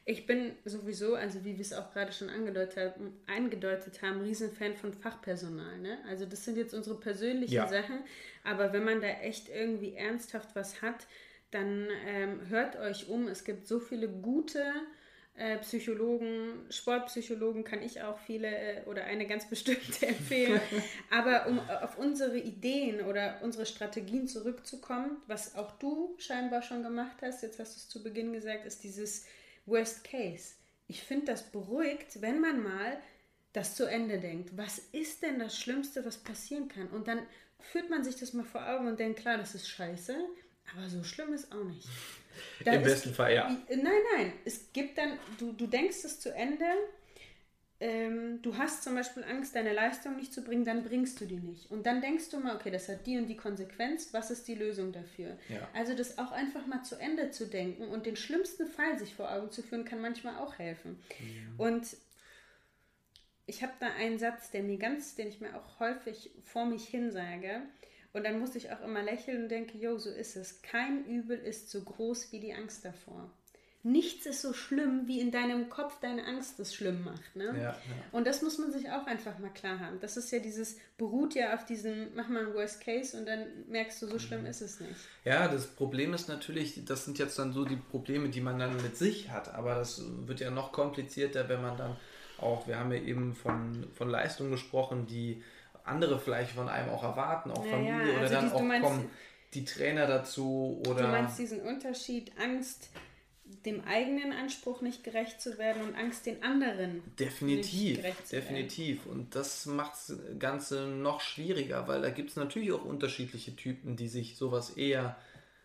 [SPEAKER 2] Ich bin sowieso, also wie wir es auch gerade schon angedeutet haben, eingedeutet haben, Riesenfan von Fachpersonal. Ne? Also das sind jetzt unsere persönlichen
[SPEAKER 3] Ja.
[SPEAKER 2] Sachen, aber wenn man da echt irgendwie ernsthaft was hat, dann ähm, hört euch um. Es gibt so viele gute äh, Psychologen, Sportpsychologen kann ich auch viele äh, oder eine ganz bestimmte empfehlen. Aber um auf unsere Ideen oder unsere Strategien zurückzukommen, was auch du scheinbar schon gemacht hast, jetzt hast du es zu Beginn gesagt, ist dieses Worst Case. Ich finde das beruhigt, wenn man mal das zu Ende denkt. Was ist denn das Schlimmste, was passieren kann? Und dann führt man sich das mal vor Augen und denkt, klar, das ist scheiße, aber so schlimm ist auch nicht. Da
[SPEAKER 3] Im
[SPEAKER 2] ist,
[SPEAKER 3] besten Fall, ja.
[SPEAKER 2] Nein, nein, es gibt dann, du, du denkst es zu Ende, ähm, du hast zum Beispiel Angst, deine Leistung nicht zu bringen, dann bringst du die nicht. Und dann denkst du mal, okay, das hat die und die Konsequenz, was ist die Lösung dafür?
[SPEAKER 3] Ja.
[SPEAKER 2] Also das auch einfach mal zu Ende zu denken und den schlimmsten Fall sich vor Augen zu führen, kann manchmal auch helfen. Ja. Und ich habe da einen Satz, der mir ganz, den ich mir auch häufig vor mich hin sage, und dann muss ich auch immer lächeln und denke, jo, so ist es. Kein Übel ist so groß wie die Angst davor. Nichts ist so schlimm, wie in deinem Kopf deine Angst es schlimm macht. Ne?
[SPEAKER 3] Ja, ja.
[SPEAKER 2] Und das muss man sich auch einfach mal klar haben. Das ist ja dieses, beruht ja auf diesem, mach mal einen Worst Case und dann merkst du, so schlimm ist es nicht.
[SPEAKER 3] Ja, das Problem ist natürlich, das sind jetzt dann so die Probleme, die man dann mit sich hat. Aber das wird ja noch komplizierter, wenn man dann auch, wir haben ja eben von, von Leistungen gesprochen, die andere vielleicht von einem auch erwarten, auch
[SPEAKER 2] ja,
[SPEAKER 3] Familie,
[SPEAKER 2] ja, also
[SPEAKER 3] oder dann
[SPEAKER 2] die,
[SPEAKER 3] auch
[SPEAKER 2] meinst,
[SPEAKER 3] kommen die Trainer dazu. Oder
[SPEAKER 2] du meinst diesen Unterschied, Angst, dem eigenen Anspruch nicht gerecht zu werden und Angst, den anderen
[SPEAKER 3] definitiv,
[SPEAKER 2] nicht gerecht zu
[SPEAKER 3] definitiv.
[SPEAKER 2] werden.
[SPEAKER 3] Und das macht das Ganze noch schwieriger, weil da gibt es natürlich auch unterschiedliche Typen, die sich sowas eher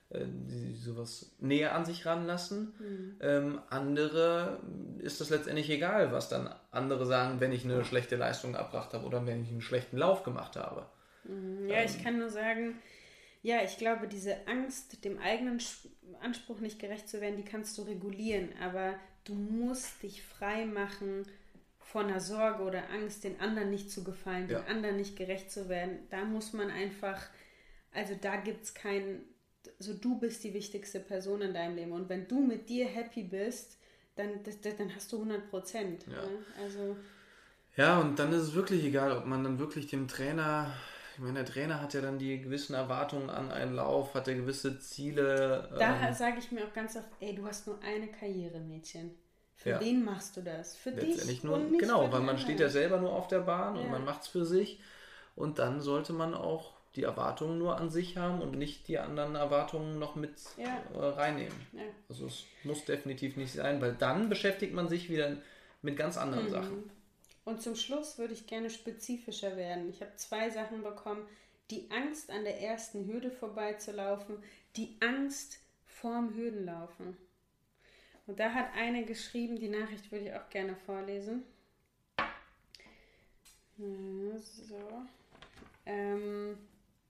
[SPEAKER 3] die sowas näher an sich ranlassen. Mhm. Ähm, andere ist das letztendlich egal, was dann andere sagen, wenn ich eine schlechte Leistung erbracht habe oder wenn ich einen schlechten Lauf gemacht habe.
[SPEAKER 2] Mhm. Ja, ähm, ich kann nur sagen, ja, ich glaube, diese Angst, dem eigenen Anspruch nicht gerecht zu werden, die kannst du regulieren, aber du musst dich frei machen von einer Sorge oder Angst, den anderen nicht zu gefallen, ja. den anderen nicht gerecht zu werden. Da muss man einfach, also da gibt es keinen, so du bist die wichtigste Person in deinem Leben und wenn du mit dir happy bist, dann, das, das, dann hast du hundert Prozent.
[SPEAKER 3] Ja.
[SPEAKER 2] Ne? Also,
[SPEAKER 3] ja, und dann ist es wirklich egal, ob man dann wirklich dem Trainer, ich meine, der Trainer hat ja dann die gewissen Erwartungen an einen Lauf, hat ja gewisse Ziele.
[SPEAKER 2] Da
[SPEAKER 3] ähm,
[SPEAKER 2] sage ich mir auch ganz oft, ey, du hast nur eine Karriere, Mädchen. Für
[SPEAKER 3] ja.
[SPEAKER 2] wen machst du das? Für dich
[SPEAKER 3] nur,
[SPEAKER 2] und nicht
[SPEAKER 3] genau,
[SPEAKER 2] für
[SPEAKER 3] weil man
[SPEAKER 2] anderen.
[SPEAKER 3] steht ja selber nur auf der Bahn
[SPEAKER 2] ja.
[SPEAKER 3] und man macht es für sich und dann sollte man auch die Erwartungen nur an sich haben und nicht die anderen Erwartungen noch mit
[SPEAKER 2] ja.
[SPEAKER 3] äh, reinnehmen.
[SPEAKER 2] Ja.
[SPEAKER 3] Also es muss definitiv nicht sein, weil dann beschäftigt man sich wieder mit ganz anderen
[SPEAKER 2] mhm.
[SPEAKER 3] Sachen.
[SPEAKER 2] Und zum Schluss würde ich gerne spezifischer werden. Ich habe zwei Sachen bekommen. Die Angst, an der ersten Hürde vorbeizulaufen, die Angst vorm Hürdenlaufen. Und da hat eine geschrieben, die Nachricht würde ich auch gerne vorlesen. So. Ähm,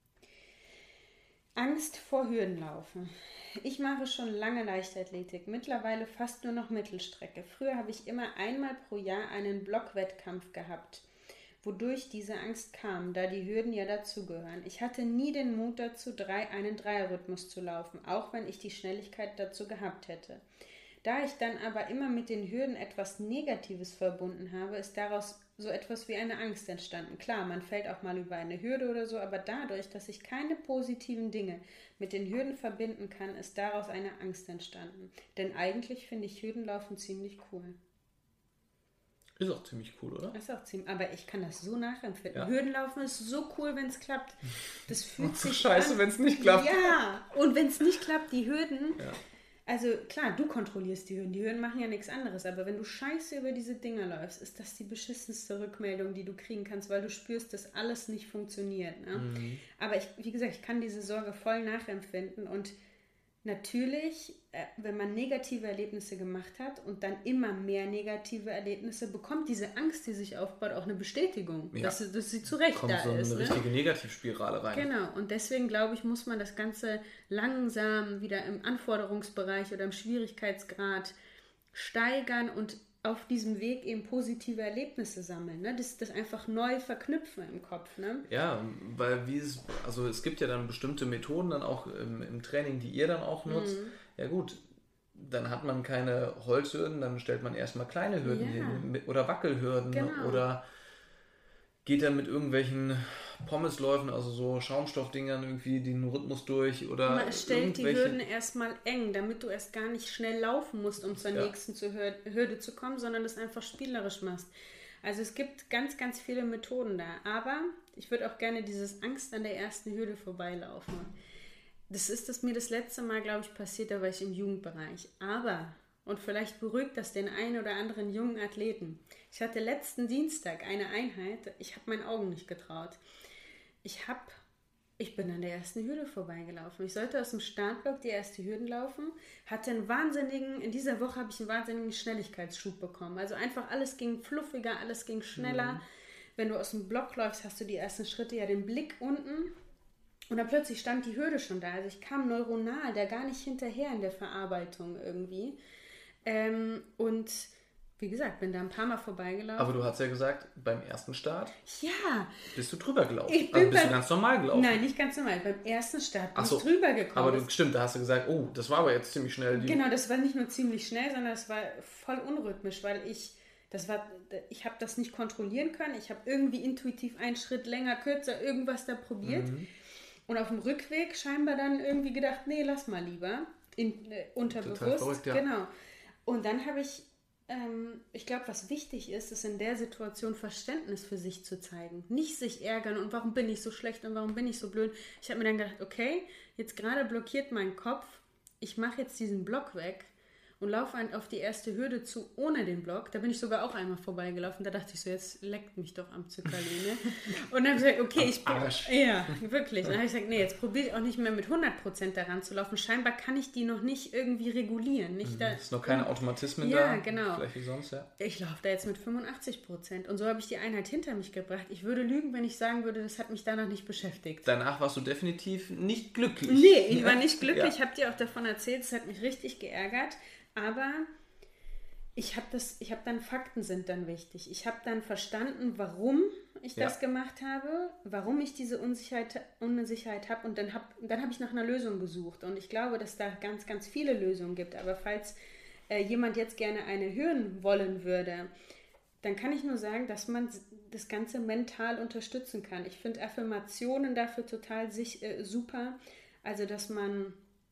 [SPEAKER 2] Angst vor Hürdenlaufen. Ich mache schon lange Leichtathletik, mittlerweile fast nur noch Mittelstrecke. Früher habe ich immer einmal pro Jahr einen Blockwettkampf gehabt, wodurch diese Angst kam, da die Hürden ja dazugehören. Ich hatte nie den Mut dazu, drei, einen Dreierrhythmus zu laufen, auch wenn ich die Schnelligkeit dazu gehabt hätte. Da ich dann aber immer mit den Hürden etwas Negatives verbunden habe, ist daraus so etwas wie eine Angst entstanden. Klar, man fällt auch mal über eine Hürde oder so, aber dadurch, dass ich keine positiven Dinge mit den Hürden verbinden kann, ist daraus eine Angst entstanden. Denn eigentlich finde ich Hürdenlaufen ziemlich cool.
[SPEAKER 3] Ist auch ziemlich cool, oder?
[SPEAKER 2] Ist auch ziemlich, aber ich kann das so nachempfinden.
[SPEAKER 3] Ja.
[SPEAKER 2] Hürdenlaufen ist so cool, wenn es klappt. Das fühlt
[SPEAKER 3] so
[SPEAKER 2] sich
[SPEAKER 3] scheiße, wenn es nicht klappt.
[SPEAKER 2] Ja, und wenn es nicht klappt, die Hürden...
[SPEAKER 3] Ja.
[SPEAKER 2] Also klar, du kontrollierst die Hürden. Die Hürden machen ja nichts anderes. Aber wenn du scheiße über diese Dinger läufst, ist das die beschissenste Rückmeldung, die du kriegen kannst, weil du spürst, dass alles nicht funktioniert. Ne? Mhm. Aber ich, wie gesagt, ich kann diese Sorge voll nachempfinden. Und natürlich, äh, wenn man negative Erlebnisse gemacht hat und dann immer mehr negative Erlebnisse, bekommt diese Angst, die sich aufbaut, auch eine Bestätigung, ja. dass, dass sie zu Recht
[SPEAKER 3] Kommt
[SPEAKER 2] da
[SPEAKER 3] so eine
[SPEAKER 2] ist.
[SPEAKER 3] Kommt so eine richtige Negativspirale rein.
[SPEAKER 2] Genau, und deswegen glaube ich, muss man das Ganze langsam wieder im Anforderungsbereich oder im Schwierigkeitsgrad steigern und auf diesem Weg eben positive Erlebnisse sammeln, ne? das, das einfach neu verknüpfen im Kopf. Ne?
[SPEAKER 3] Ja, weil wie es, also es gibt ja dann bestimmte Methoden dann auch im, im Training, die ihr dann auch nutzt. Mhm. Ja gut, dann hat man keine Holzhürden, dann stellt man erstmal kleine Hürden
[SPEAKER 2] Ja.
[SPEAKER 3] hin mit, oder Wackelhürden
[SPEAKER 2] Genau.
[SPEAKER 3] oder geht dann mit irgendwelchen Pommesläufen, also so Schaumstoffdingern irgendwie den Rhythmus durch oder
[SPEAKER 2] Man stellt die
[SPEAKER 3] irgendwelche-
[SPEAKER 2] Hürden erstmal eng, damit du erst gar nicht schnell laufen musst, um zur
[SPEAKER 3] Ja.
[SPEAKER 2] nächsten zu Hür- Hürde zu kommen, sondern das einfach spielerisch machst. Also es gibt ganz, ganz viele Methoden da. Aber ich würde auch gerne dieses Angst an der ersten Hürde vorbeilaufen. Das ist das mir das letzte Mal, glaube ich, passiert, da war ich im Jugendbereich. Aber, und vielleicht beruhigt das den einen oder anderen jungen Athleten. Ich hatte letzten Dienstag eine Einheit, ich habe meinen Augen nicht getraut. Ich habe, ich bin an der ersten Hürde vorbeigelaufen. Ich sollte aus dem Startblock die erste Hürden laufen, hatte einen wahnsinnigen, in dieser Woche habe ich einen wahnsinnigen Schnelligkeitsschub bekommen. Also einfach alles ging fluffiger, alles ging schneller. Mhm. Wenn du aus dem Block läufst, hast du die ersten Schritte ja den Blick unten. Und dann plötzlich stand die Hürde schon da. Also ich kam neuronal da gar nicht hinterher in der Verarbeitung irgendwie. Ähm, und wie gesagt, bin da ein paar Mal vorbeigelaufen.
[SPEAKER 3] Aber du hast ja gesagt, beim ersten Start
[SPEAKER 2] ja,
[SPEAKER 3] bist du drüber gelaufen.
[SPEAKER 2] Ich bin
[SPEAKER 3] also bist
[SPEAKER 2] beim-
[SPEAKER 3] du ganz normal gelaufen.
[SPEAKER 2] nein, nicht ganz normal. Beim ersten Start bin
[SPEAKER 3] Ach so,
[SPEAKER 2] ich drüber gekommen.
[SPEAKER 3] Aber du,
[SPEAKER 2] Das-
[SPEAKER 3] stimmt, da hast du gesagt, oh, das war aber jetzt ziemlich schnell. Die,
[SPEAKER 2] Genau, das war nicht nur ziemlich schnell, sondern es war voll unrhythmisch, weil ich das war, ich habe das nicht kontrollieren können. Ich habe irgendwie intuitiv einen Schritt länger, kürzer, irgendwas da probiert.
[SPEAKER 3] Mhm.
[SPEAKER 2] Und auf dem Rückweg scheinbar dann irgendwie gedacht, nee, lass mal lieber. In, äh, unterbewusst.
[SPEAKER 3] Total verrückt, ja.
[SPEAKER 2] Genau. Und dann habe ich, ähm, ich glaube, was wichtig ist, ist in der Situation Verständnis für sich zu zeigen. Nicht sich ärgern und warum bin ich so schlecht und warum bin ich so blöd. Ich habe mir dann gedacht, okay, jetzt gerade blockiert mein Kopf. Ich mache jetzt diesen Block weg und laufe ein- auf die erste Hürde zu ohne den Block. Da bin ich sogar auch einmal vorbeigelaufen. Da dachte ich so, jetzt leckt mich doch am Zuckerlehne. Und dann habe ich gesagt, okay, ich bin...
[SPEAKER 3] Arsch.
[SPEAKER 2] Ja, wirklich. Und dann habe ich gesagt, nee, jetzt probiere ich auch nicht mehr mit hundert Prozent daran zu laufen. Scheinbar kann ich die noch nicht irgendwie regulieren. Nicht da,
[SPEAKER 3] es ist noch keine Automatismen
[SPEAKER 2] Ja,
[SPEAKER 3] da.
[SPEAKER 2] genau.
[SPEAKER 3] Vielleicht wie sonst, ja.
[SPEAKER 2] ich laufe da jetzt mit fünfundachtzig Prozent. Und so habe ich die Einheit hinter mich gebracht. Ich würde lügen, wenn ich sagen würde, das hat mich danach nicht beschäftigt.
[SPEAKER 3] Danach warst du definitiv nicht glücklich.
[SPEAKER 2] Nee, ich war nicht glücklich.
[SPEAKER 3] Ja.
[SPEAKER 2] Ich habe dir auch davon erzählt, es hat mich richtig geärgert. Aber ich habe das, ich habe dann, Fakten sind dann wichtig. Ich habe dann verstanden, warum ich
[SPEAKER 3] Ja.
[SPEAKER 2] das gemacht habe, warum ich diese Unsicherheit, Unsicherheit habe. Und dann habe dann hab ich nach einer Lösung gesucht. Und ich glaube, dass da ganz, ganz viele Lösungen gibt. Aber falls äh, jemand jetzt gerne eine hören wollen würde, dann kann ich nur sagen, dass man das Ganze mental unterstützen kann. Ich finde Affirmationen dafür total sich, äh, super. Also, dass man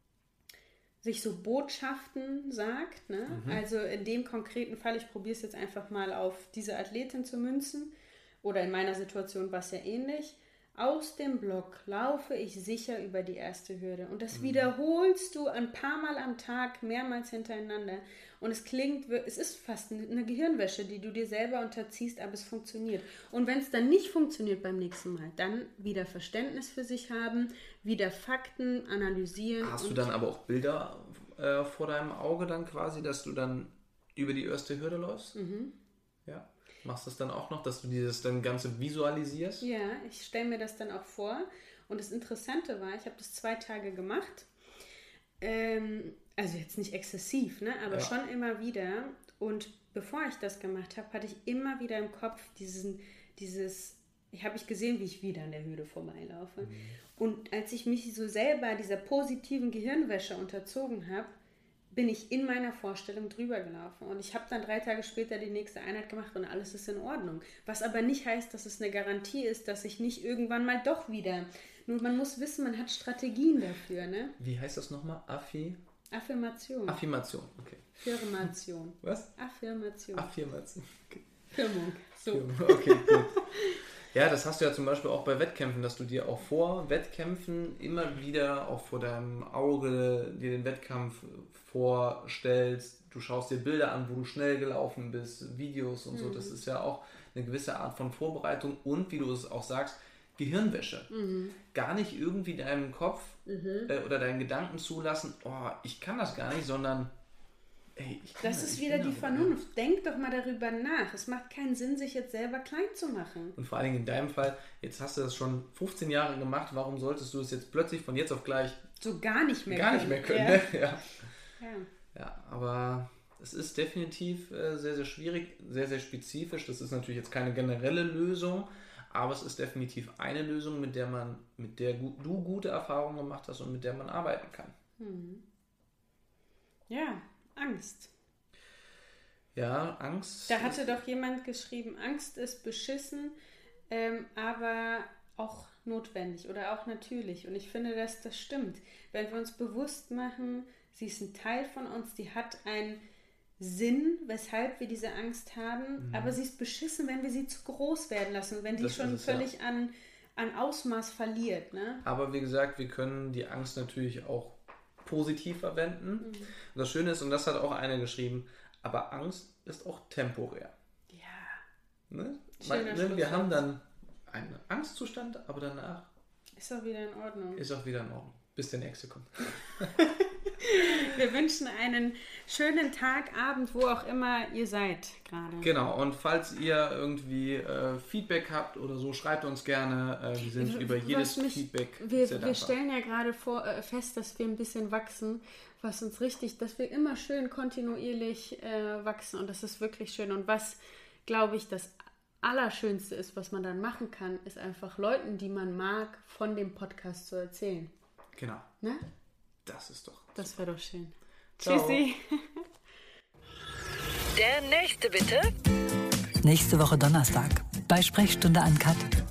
[SPEAKER 2] sich so Botschaften sagt. Ne?
[SPEAKER 3] Mhm.
[SPEAKER 2] Also in dem konkreten Fall, ich probiere es jetzt einfach mal auf diese Athletin zu münzen. Oder in meiner Situation war es ja ähnlich. Aus dem Block laufe ich sicher über die erste Hürde. Und das
[SPEAKER 3] Mhm.
[SPEAKER 2] wiederholst du ein paar Mal am Tag, mehrmals hintereinander. Und es klingt, wir- es ist fast eine Gehirnwäsche, die du dir selber unterziehst, aber es funktioniert. Und wenn es dann nicht funktioniert beim nächsten Mal, dann wieder Verständnis für sich haben, wieder Fakten analysieren.
[SPEAKER 3] Hast du
[SPEAKER 2] und
[SPEAKER 3] dann aber auch Bilder äh, vor deinem Auge dann quasi, dass du dann über die erste Hürde läufst?
[SPEAKER 2] Mhm.
[SPEAKER 3] Ja. Machst du das dann auch noch, dass du dieses dann Ganze visualisierst?
[SPEAKER 2] Ja, ich stelle mir das dann auch vor. Und das Interessante war, ich habe das zwei Tage gemacht. Ähm, also jetzt nicht exzessiv, ne? aber
[SPEAKER 3] Ja.
[SPEAKER 2] schon immer wieder. Und bevor ich das gemacht habe, hatte ich immer wieder im Kopf diesen, dieses, ich habe ich gesehen, wie ich wieder an der Hürde vorbeilaufe.
[SPEAKER 3] Mhm.
[SPEAKER 2] Und als ich mich so selber dieser positiven Gehirnwäsche unterzogen habe, bin ich in meiner Vorstellung drüber gelaufen. Und ich habe dann drei Tage später die nächste Einheit gemacht und alles ist in Ordnung. Was aber nicht heißt, dass es eine Garantie ist, dass ich nicht irgendwann mal doch wieder... Nur man muss wissen, man hat Strategien dafür, ne?
[SPEAKER 3] Wie heißt das nochmal? Affi?
[SPEAKER 2] Affirmation.
[SPEAKER 3] Affirmation, okay.
[SPEAKER 2] Affirmation.
[SPEAKER 3] Was?
[SPEAKER 2] Affirmation.
[SPEAKER 3] Affirmation. Okay.
[SPEAKER 2] Firmung. So.
[SPEAKER 3] Okay, gut. Ja, das hast du ja zum Beispiel auch bei Wettkämpfen, dass du dir auch vor Wettkämpfen immer wieder auch vor deinem Auge dir den Wettkampf vorstellst. Du schaust dir Bilder an, wo du schnell gelaufen bist, Videos und so. Das ist ja auch eine gewisse Art von Vorbereitung und, wie du es auch sagst, Gehirnwäsche.
[SPEAKER 2] Mhm.
[SPEAKER 3] Gar nicht irgendwie deinem Kopf äh, oder deinen Gedanken zulassen, oh, ich kann das gar nicht, sondern ey, ich kann
[SPEAKER 2] Das
[SPEAKER 3] das,
[SPEAKER 2] ist
[SPEAKER 3] ich
[SPEAKER 2] wieder
[SPEAKER 3] bin
[SPEAKER 2] die
[SPEAKER 3] da,
[SPEAKER 2] Vernunft. Denk doch mal darüber nach. Es macht keinen Sinn, sich jetzt selber klein zu machen.
[SPEAKER 3] Und vor allen Dingen in deinem Fall, jetzt hast du das schon fünfzehn Jahre gemacht, warum solltest du es jetzt plötzlich von jetzt auf gleich
[SPEAKER 2] So gar nicht mehr
[SPEAKER 3] gar
[SPEAKER 2] können.
[SPEAKER 3] nicht mehr können?
[SPEAKER 2] Ja.
[SPEAKER 3] Ne? Ja.
[SPEAKER 2] Ja.
[SPEAKER 3] Ja, aber es ist definitiv äh, sehr, sehr schwierig, sehr, sehr spezifisch. Das ist natürlich jetzt keine generelle Lösung, aber es ist definitiv eine Lösung, mit der man, mit der gu- du gute Erfahrungen gemacht hast und mit der man arbeiten kann.
[SPEAKER 2] Ja, Angst.
[SPEAKER 3] Ja, Angst.
[SPEAKER 2] Da hatte doch jemand geschrieben, Angst ist beschissen, ähm, aber auch notwendig oder auch natürlich. Und ich finde, dass das stimmt. Wenn wir uns bewusst machen, sie ist ein Teil von uns, die hat einen Sinn, weshalb wir diese Angst haben, mhm. aber sie ist beschissen, wenn wir sie zu groß werden lassen, wenn die das schon es, völlig ja. an, an Ausmaß verliert. Ne?
[SPEAKER 3] Aber wie gesagt, wir können die Angst natürlich auch positiv verwenden. Mhm. Und das Schöne ist, und das hat auch einer geschrieben, aber Angst ist auch temporär.
[SPEAKER 2] Ja.
[SPEAKER 3] Ne? Weil, ne, wir haben dann einen Angstzustand, aber danach
[SPEAKER 2] ist auch wieder in Ordnung.
[SPEAKER 3] Ist auch wieder in Ordnung, bis der nächste kommt.
[SPEAKER 2] Wir wünschen einen schönen Tag, Abend, wo auch immer ihr seid gerade.
[SPEAKER 3] Genau, und falls ihr irgendwie äh, Feedback habt oder so, schreibt uns gerne. Äh, wir sind Was über jedes mich, Feedback
[SPEAKER 2] wir, sehr dankbar. Wir stellen ja gerade vor, äh, fest, dass wir ein bisschen wachsen, was uns richtig, dass wir immer schön kontinuierlich äh, wachsen und das ist wirklich schön. Und was, glaube ich, das Allerschönste ist, was man dann machen kann, ist einfach Leuten, die man mag, von dem Podcast zu erzählen.
[SPEAKER 3] Genau.
[SPEAKER 2] Ne?
[SPEAKER 3] Das ist doch.
[SPEAKER 2] Das wäre doch schön.
[SPEAKER 3] Ciao.
[SPEAKER 2] Tschüssi.
[SPEAKER 1] Der nächste bitte. Nächste Woche Donnerstag bei Sprechstunde Uncut.